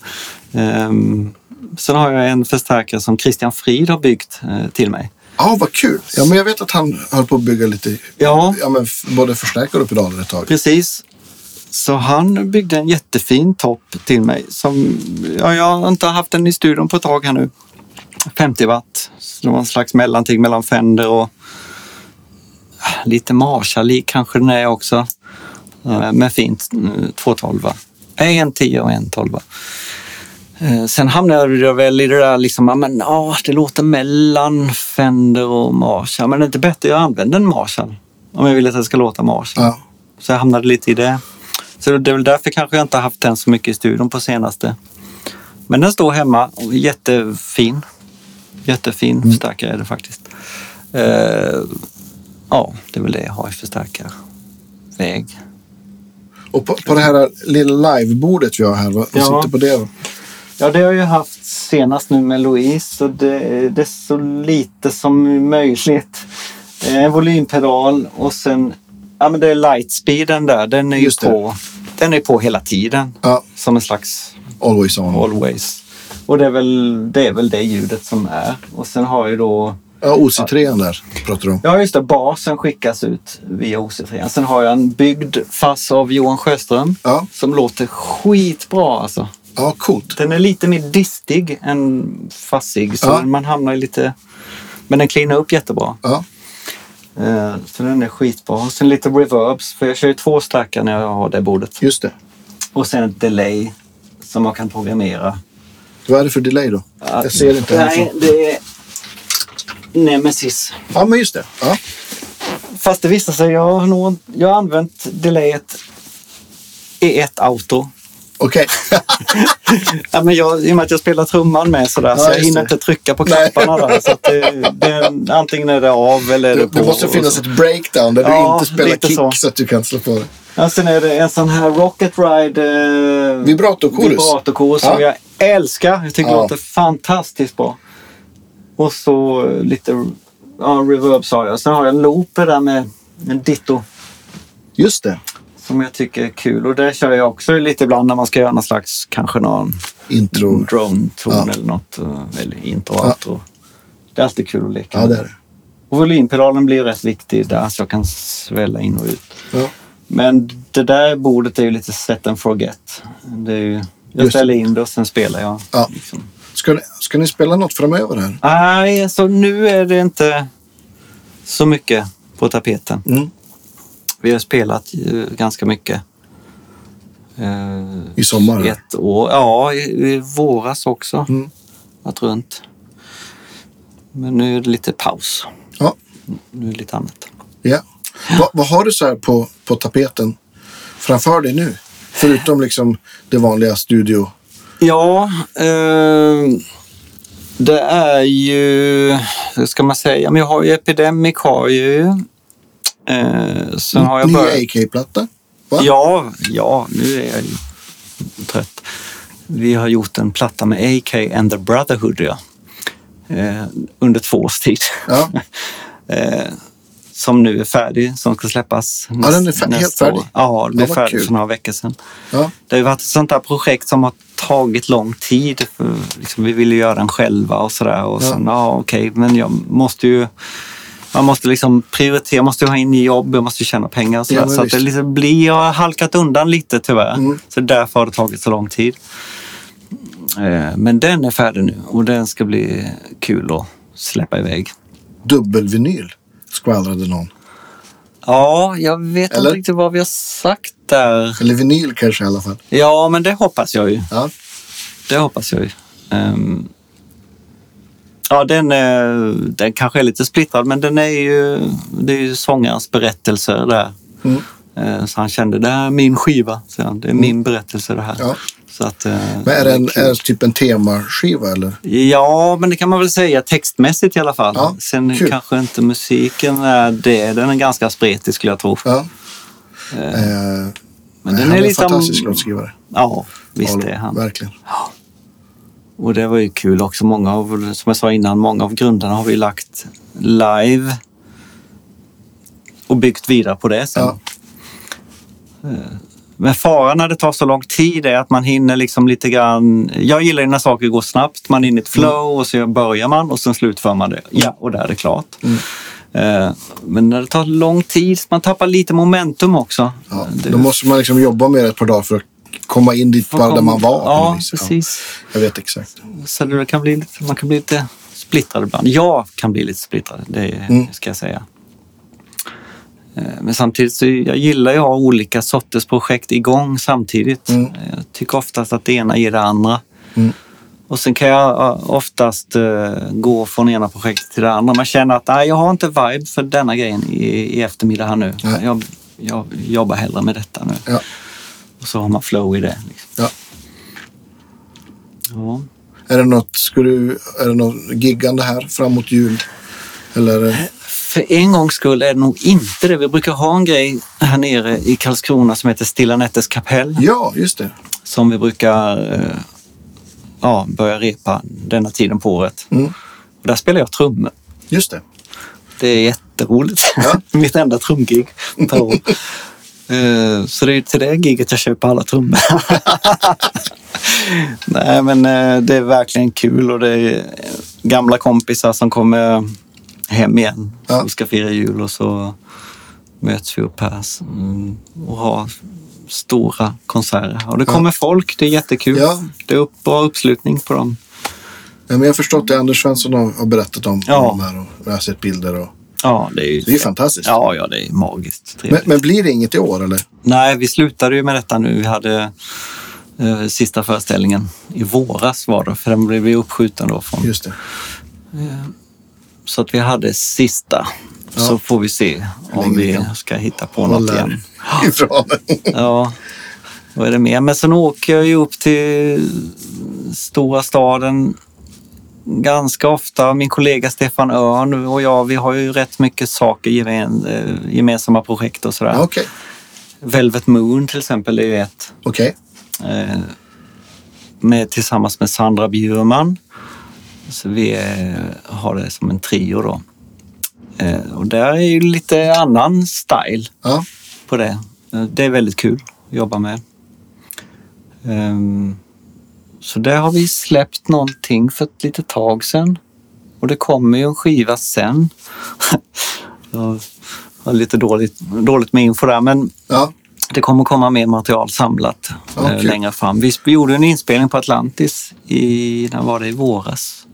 Sen har jag en förstärkare som Christian Frid har byggt till mig. Ja, vad kul. Ja, men jag vet att han höll på att bygga lite, men både förstärkare och pedaler ett tag. Precis. Så han byggde en jättefin topp till mig som jag har inte haft den i studion på ett tag här nu. 50 watt. Så det var en slags mellanting mellan Fender och lite Marshall kanske den är också. Med fint 212. En 10 och en 12. Sen hamnade jag väl i det där liksom, det låter mellan Fender och Marshall. Men det är inte bättre jag använder en Marshall om jag vill att det ska låta Marshall. Ja. Så jag hamnade lite i det. Så det är väl därför kanske jag inte har haft den så mycket i studion på senaste. Men den står hemma och jättefin. Jättefin förstärkare är det faktiskt. Ja, det är väl det jag har i förstärkarväg. Och på det här lilla livebordet vi har här, vad sitter på det då? Ja, det har jag haft senast nu med Louise, och det är så lite som möjligt. En volympedal och sen, men det är lightspeeden där, den är ju på. Den är på hela tiden. Ja. Som en slags always on. Always. Och det är väl det ljudet som är. Och sen har jag då OC3 där pratar du om. Ja, just det. Basen skickas ut via OC3. Sen har jag en byggd fass av Johan Sjöström som låter skitbra alltså. Ja, coolt. Den är lite mer distig än fassig, så man hamnar i lite... Men den cleanar upp jättebra. Ja. Så den är skitbra. Och sen lite reverbs, för jag kör ju 2 starka när jag har det bordet. Just det. Och sen ett delay som man kan programmera. Vad är det för delay då? Jag ser inte. Nej, det är Nemesis. Ja, men just det. Ja. Fast det visar sig, jag har använt delayet i ett auto. Okej. Ja, men i och med att jag spelar trumman med sådär, så jag hinner inte trycka på knapparna där. Så att antingen är det av eller är det på. Det måste finnas ett breakdown där du inte spelar kick så att du kan slå på det. Ja, sen är det en sån här Rocket Ride vibrato-chorus som jag älskar. Jag tycker det låter fantastiskt bra. Och så lite reverb sa jag. Sen har jag en looper där med en ditto. Just det. Som jag tycker är kul. Och det kör jag också lite ibland när man ska göra någon slags, kanske någon intro, drone-ton eller något. Eller intro-outro. Det är alltid kul att leka. Ja, det är det. Och volympedalen blir rätt viktig där, så jag kan svälla in och ut. Ja. Men det där bordet är ju lite set and forget. Det är ju, jag ställer in det och sen spelar jag. Ja. Liksom. Ska ni spela något framöver här? Nej, så nu är det inte så mycket på tapeten. Mm. Vi har spelat ganska mycket. I sommar? Ett år. Ja, i våras också. Varit runt. Men nu är det lite paus. Ja. Nu är det lite annat. Ja. Vad har du så här på tapeten framför dig nu? Förutom liksom det vanliga studio. Ja, det är ju, hur ska man säga, men jag har ju Epidemic, har ju. Sen har jag nya AK-platta? Va? Ja, nu är jag ju trött. Vi har gjort en platta med AK and the Brotherhood, under 2 års tid. Ja. Som nu är färdig, som ska släppas den är helt färdig? Ja, den är färdig kul. för några veckor sedan. Ja. Det har ju varit ett sånt där projekt som har tagit lång tid. För, liksom, vi ville göra den själva och sådär. Och sen, okej, men man måste liksom prioritera, måste ha in i jobb, jag måste tjäna pengar och sådär. Ja, så att det liksom jag har halkat undan lite tyvärr. Så därför har det tagit så lång tid. Men den är färdig nu och den ska bli kul att släppa iväg. Dubbelvinyl skvallrade någon. Ja, jag vet inte riktigt vad vi har sagt där. Eller vinyl kanske i alla fall. Ja, men det hoppas jag ju. Ja. Det hoppas jag ju. Ja, den kanske är lite splittrad, men det är ju sångarens berättelser där. Så han kände, det här är min skiva. Så det är min berättelse det här. Ja. Så att, men är det typ en temaskiva eller? Ja, men det kan man väl säga textmässigt i alla fall. Ja, sen kul. Kanske inte musiken är det. Den är ganska spretig skulle jag tro. Ja. Men den är liksom... en fantastisk låtskrivare. Ja, visst är han. Verkligen. Ja. Och det var ju kul också. Som jag sa innan, många av grunderna har vi lagt live och byggt vidare på det sen. Ja. Men faran när det tar så lång tid är att man hinner liksom lite grann... Jag gillar ju när saker går snabbt. Man är inne i ett flow och så börjar man och sen slutför man det. Ja, och där är det klart. Men när det tar lång tid, man tappar lite momentum också. Ja, då måste man liksom jobba med ett par dagar för att komma in dit där man var. Ja, precis. Ja, jag vet exakt. Så det kan bli lite, man kan bli lite splittrad ibland. Jag kan bli lite splittrad, det ska jag säga. Men samtidigt så jag gillar ju att ha olika sorters projekt igång samtidigt. Jag tycker oftast att det ena ger det andra. Och sen kan jag oftast gå från ena projektet till det andra. Man känner att jag har inte vibe för denna grejen i eftermiddag här nu. Jag jobbar hellre med detta nu. Ja. Och så har man flow i det. Liksom. Ja. Ja. Är det något giggande här framåt jul? Eller? För en gångs skull är det nog inte det. Vi brukar ha en grej här nere i Karlskrona som heter Stilla Nätters kapell. Ja, just det. Som vi brukar börja repa denna tiden på året. Och där spelar jag trummor. Just det. Det är jätteroligt. Ja. Mitt enda trumgig per år. Så det är till det giget jag köper alla trummor. Nej, men det är verkligen kul och det är gamla kompisar som kommer hem igen och ska fira jul och så möts vi upp här och har stora konserter. Och det kommer folk, det är jättekul. Ja. Det är bra uppslutning på dem. Ja, men jag har förstått det Anders Svensson har berättat om de här och jag har sett bilder och ja, det är fantastiskt. Ja, det är magiskt. Men blir det inget i år eller? Nej, vi slutade ju med detta nu. Vi hade sista föreställningen i våras var det, för den blev uppskjuten då från. Just det. Så att vi hade sista. Så får vi se om vi ska hitta på något igen. Ja, vad är det mer? Men sen åker jag ju upp till stora staden ganska ofta. Min kollega Stefan Örn och jag, vi har ju rätt mycket saker gemensamma projekt och sådär. Okay. Velvet Moon till exempel är ju ett. Okej. Tillsammans med Sandra Bjurman. Så vi har det som en trio då. Och där är ju lite annan style på det. Det är väldigt kul att jobba med. Så där har vi släppt någonting för ett litet tag sedan. Och det kommer ju en skiva sen. Jag har lite dåligt med info där, men det kommer komma mer material samlat längre fram. Vi gjorde en inspelning på Atlantis när var det i våras.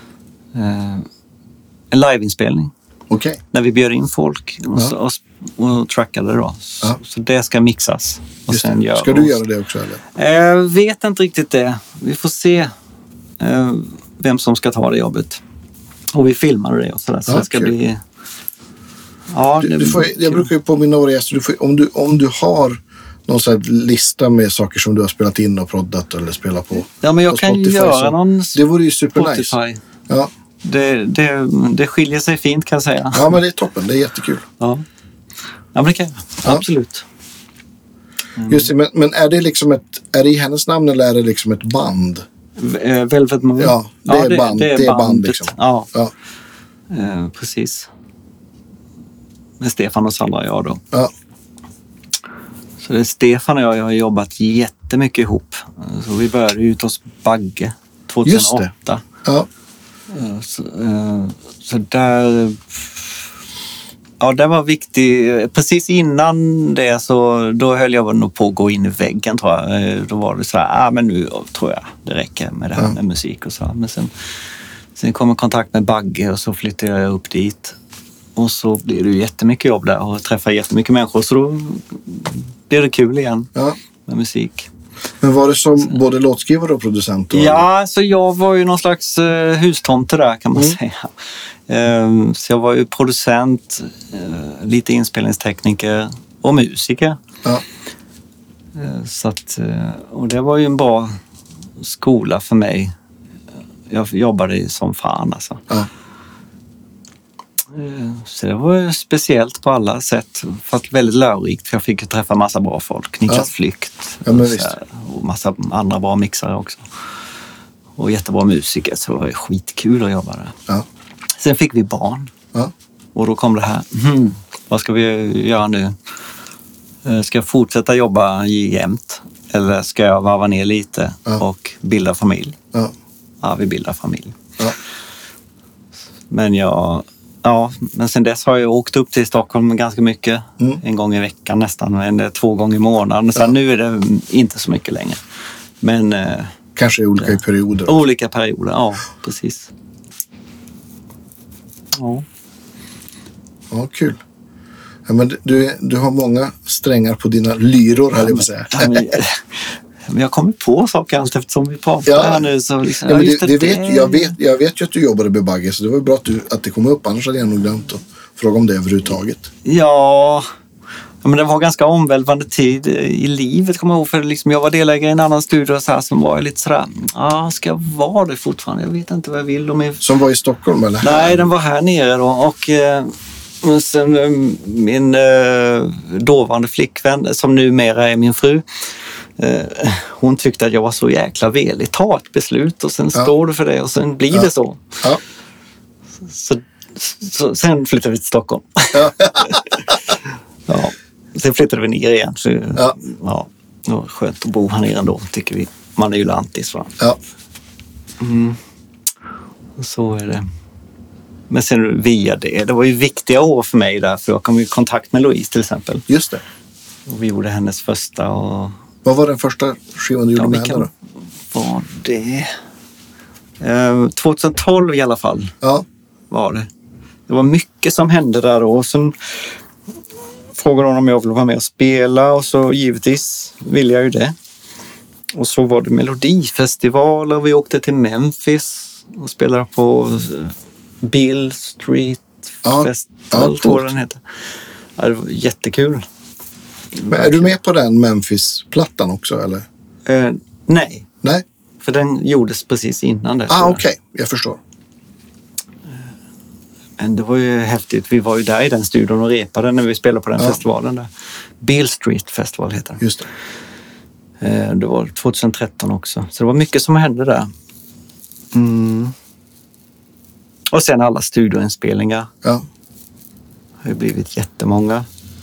En liveinspelning. Okay. När vi bjöd in folk och trackade då. Så det ska mixas. Och sen ska du göra det också eller? Jag vet inte riktigt det. Vi får se vem som ska ta det jobbet. Och vi filmar det och sådär. Så det ska bli... Ja, jag brukar ju påminna om du har någon sån här lista med saker som du har spelat in och proddat eller spelat på. Ja, men jag kan ju göra någon. Det vore ju supernice. Ja. Det skiljer sig fint kan jag säga. Ja, men det är toppen. Det är jättekul. Ja, men det kan jag. Absolut. Just det, men är det liksom är det i hennes namn eller är det liksom ett band? Velvet Moon. Ja, det är band. Det är band liksom. Ja. Precis. Med Stefan och Sandra och jag då. Ja. Så det är Stefan och jag har jobbat jättemycket ihop. Så vi började ut hos Bagge 2008. Just det. Ja. Så där... Ja, det var viktigt. Precis innan det så då höll jag nog på att gå in i väggen, tror jag. Då var det så här, men nu tror jag det räcker med det här med musik och så. Men sen kom jag i kontakt med Bagge och så flyttade jag upp dit. Och så blir det ju jättemycket jobb där och träffar jättemycket människor. Så då blir det kul igen med musik. Men var det som både låtskrivare och producent? Ja, så jag var ju någon slags hustomte där, kan man säga. Så jag var ju producent, lite inspelningstekniker och musiker. Ja. Så att, och det var ju en bra skola för mig. Jag jobbade som fan alltså. Ja. Så det var ju speciellt på alla sätt, fast väldigt lärorikt, för jag fick ju träffa massa bra folk. Niklas Flykt och massa andra bra mixare också. Och jättebra musiker, så det var skitkul att jobba där. Ja. Sen fick vi barn. Ja. Och då kom det här, vad ska vi göra nu? Ska jag fortsätta jobba jämt? Eller ska jag varva ner lite och bilda familj? Ja, vi bildar familj. Ja. Men sen dess har jag åkt upp till Stockholm ganska mycket. En gång i veckan nästan, 2 gånger i månaden. Så nu är det inte så mycket längre. Men kanske olika perioder. Olika perioder, ja, precis. Ja. Ja, kul. Ja, men du har många strängar på dina lyror, här jag säga. Men jag kommer på saker allt eftersom vi pratar här nu. Så liksom, jag vet ju att du jobbade med Bagge, så det var bra att det kom upp. Annars hade jag nog glömt att fråga om det överhuvudtaget. Ja, men det var ganska omvälvande tid i livet, kommer jag ihåg. För liksom, jag var delägare i en annan studio så här, som var lite sådär, ska jag vara det fortfarande? Jag vet inte vad jag vill. Som var i Stockholm eller? Nej, den var här nere då. Och sen min dåvarande flickvän, som numera är min fru, hon tyckte att jag var så jäkla velig. Ta ett beslut och sen står du för det och sen blir det så. Ja. Så sen flyttade vi till Stockholm. Ja. Sen flyttade vi ner igen. Så, det var skönt att bo här nere ändå, tycker vi. Man är ju lantis, va? Ja. Så är det. Men sen via det var ju viktiga år för mig där, för jag kom i kontakt med Louise till exempel. Just det. Och vi gjorde hennes första och... Vad var den första skivan du gjorde med henne då? Var det? 2012 i alla fall. Ja. Var det. Det var mycket som hände där då. Och sen frågade hon om jag ville vara med och spela. Och så givetvis ville jag ju det. Och så var det melodifestivaler. Vi åkte till Memphis och spelade på Beale Street Festival, tror jag den heter. Ja, det var jättekul. Men är du med på den Memphis-plattan också, eller? Nej. Nej? För den gjordes precis innan det. Okej. Jag förstår. Men det var ju häftigt. Vi var ju där i den studion och repade när vi spelade på den festivalen där. Beale Street Festival heter den. Just det. Det var 2013 också. Så det var mycket som hände där. Och sen alla studioinspelningar. Ja. Har ju blivit jättemånga.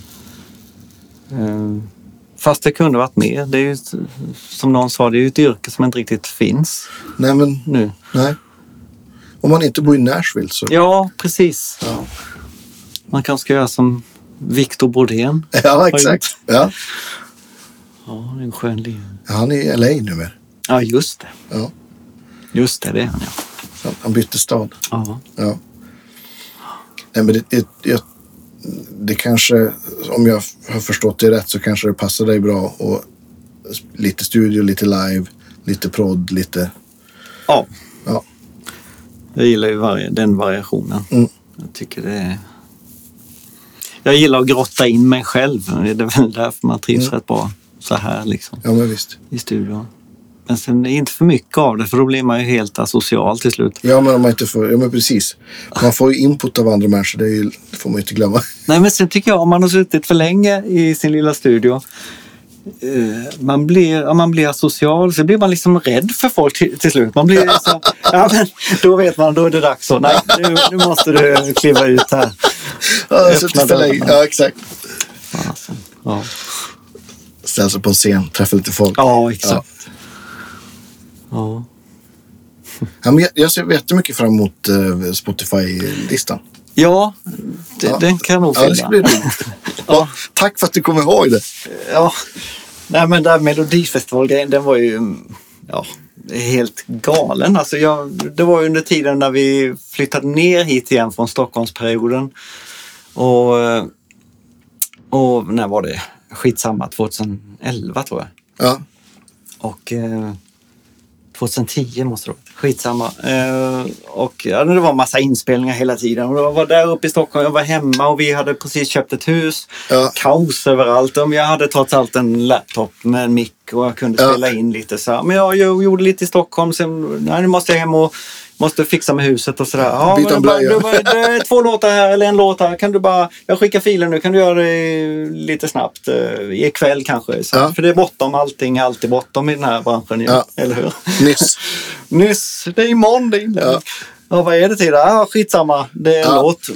Fast det kunde varit mer. Det är ju, som någon sa, det är ju ett yrke som inte riktigt finns. Nej, men nu. Nej. Om man inte bor i Nashville så... Ja, precis. Ja. Man kanske ska göra som Victor Brodén. Ja, exakt. Ja. Ja, det är en skön liv. Ja, han är i LA nu med. Ja, just det. Ja. Just det är han, ja. Så han bytte stad. Ja. Ja. Nej, men det kanske, om jag har förstått det rätt, så kanske det passar dig bra. Och lite studio, lite live, lite prodd, lite... Ja. Jag gillar ju den variationen. Jag tycker det är... Jag gillar att grotta in mig själv. Det är väl därför man trivs rätt bra så här liksom. Ja, men visst. I studion. Men sen är det inte för mycket av det, för då blir man ju helt asocial till slut. Ja, men om man inte får... Ja, men precis. Man får ju input av andra människor, det får man ju inte glömma. Nej, men sen tycker jag, om man har suttit för länge i sin lilla studio, Man blir social, så blir man liksom rädd för folk till slut. Man blir så, ja, men då vet man, då är det dags så. Nej, nu måste du kliva ut här. Ja, exakt. Ja. Ställa sig på en scen, träffa lite folk. Ja, exakt. Ja. Ja, men jag ser jättemycket fram emot Spotify-listan. Ja, den kan nog finna. Ja, det ska bli roligt. Ja. Tack för att du kom ihåg det. Ja, nej, men där Melodifestivalgrejen, den var ju helt galen. Alltså det var ju under tiden när vi flyttade ner hit igen från Stockholmsperioden. Och när var det? Skitsamma, 2011 tror jag. Ja. Och 2010 måste det vara. Skitsamma. Och det var en massa inspelningar hela tiden. Och jag var där uppe i Stockholm, jag var hemma och vi hade precis köpt ett hus. Ja. Kaos överallt. Jag hade trots allt en laptop med en mick och jag kunde spela in lite så här. Men jag gjorde lite i Stockholm. Sen, nu måste jag hem och måste fixa med huset och sådär. Ja, byta blöja. Det är 2 låtar här eller en låt här. Kan du bara, jag skickar filen nu, kan du göra det lite snabbt ikväll kanske. Så, för det är bortom, allting är alltid bortom i den här branschen. Eller hur? Nyss, det är imorgon det är. Ja, vad är det till det? Ja, skitsamma, det är en låt.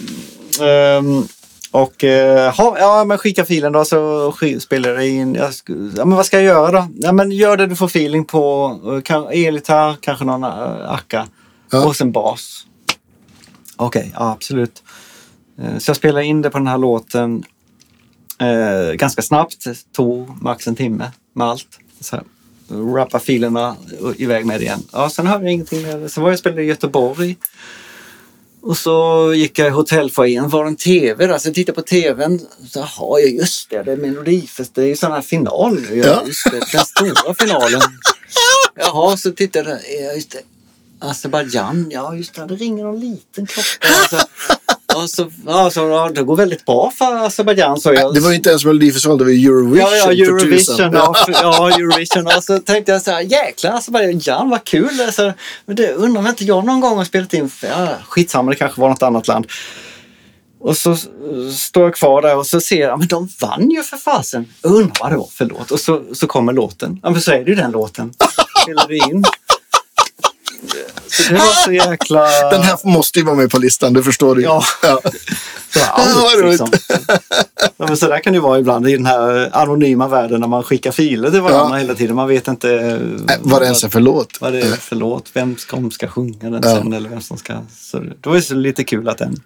Men skicka filen då så spelar det in. Men vad ska jag göra då? Ja, men gör det du får feeling på. Elgitarr, kanske någon akka. Och sen bas. Okej, absolut. Så jag spelade in det på den här låten ganska snabbt. Tog max en timme med allt. Så här, rappa filerna iväg med det igen. Ja, sen hörde jag ingenting mer. Sen var jag spelade i Göteborg. Och så gick jag i hotellfoajén, var en tv där, så jag tittade på tvn. Så ja, just det är Melodifest, det är ju sån här final. Ja, just det, den stora finalen. Jaha, så tittade jag, just det. Azerbaijan, ja just det, det ringer någon liten klocka. Det går väldigt bra för Azerbaijan. Det var ju inte ens Melodifestival, det var Eurovision. Ja, Eurovision. Eurovision. Och så tänkte jag så här, jäklar Azerbaijan, vad kul. Alltså, men det undrar om inte jag någon gång har spelat in. Skitsamma, det kanske var något annat land. Och så står jag kvar där och så ser jag, men de vann ju för fasen. Undrar vad det var för låt. Och så kommer låten. Ja, men så är det ju den låten. Spelade in. Så det var så jäkla... Den här måste ju vara med på listan, det förstår du. Ja. Liksom. Men så där kan det ju vara ibland i den här anonyma världen när man skickar filer till varandra hela tiden. Man vet inte vad det ens är för låt. Vad det är för låt, vem ska sjunga den sen eller vem som ska... Så då är det så lite kul att den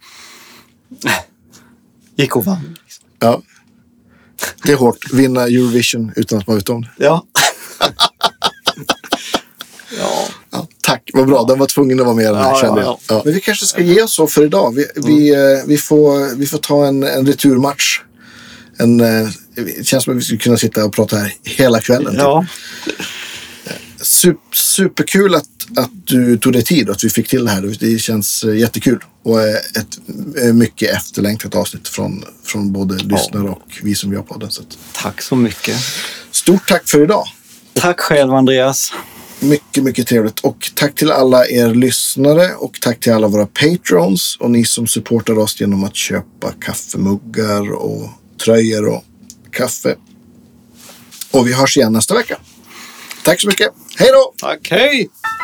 gick och vann. Liksom. Ja. Det är hårt, vinna Eurovision utan att man vet om det. Ja. Ja, tack, vad bra. Den var tvungen att vara med den här, kände jag. Ja. Men vi kanske ska ge oss så för idag. Vi får ta en returmatch. Det känns som att vi skulle kunna sitta och prata här hela kvällen. Ja. Superkul att du tog dig tid och att vi fick till det här. Det känns jättekul. Och ett mycket efterlängtat avsnitt från både lyssnare och vi som gör podden. Så tack så mycket. Stort tack för idag. Tack själv, Andreas. Mycket, mycket trevligt. Och tack till alla er lyssnare och tack till alla våra patrons och ni som supportar oss genom att köpa kaffemuggar och tröjor och kaffe. Och vi hörs igen nästa vecka. Tack så mycket. Hej då! Tack, hej!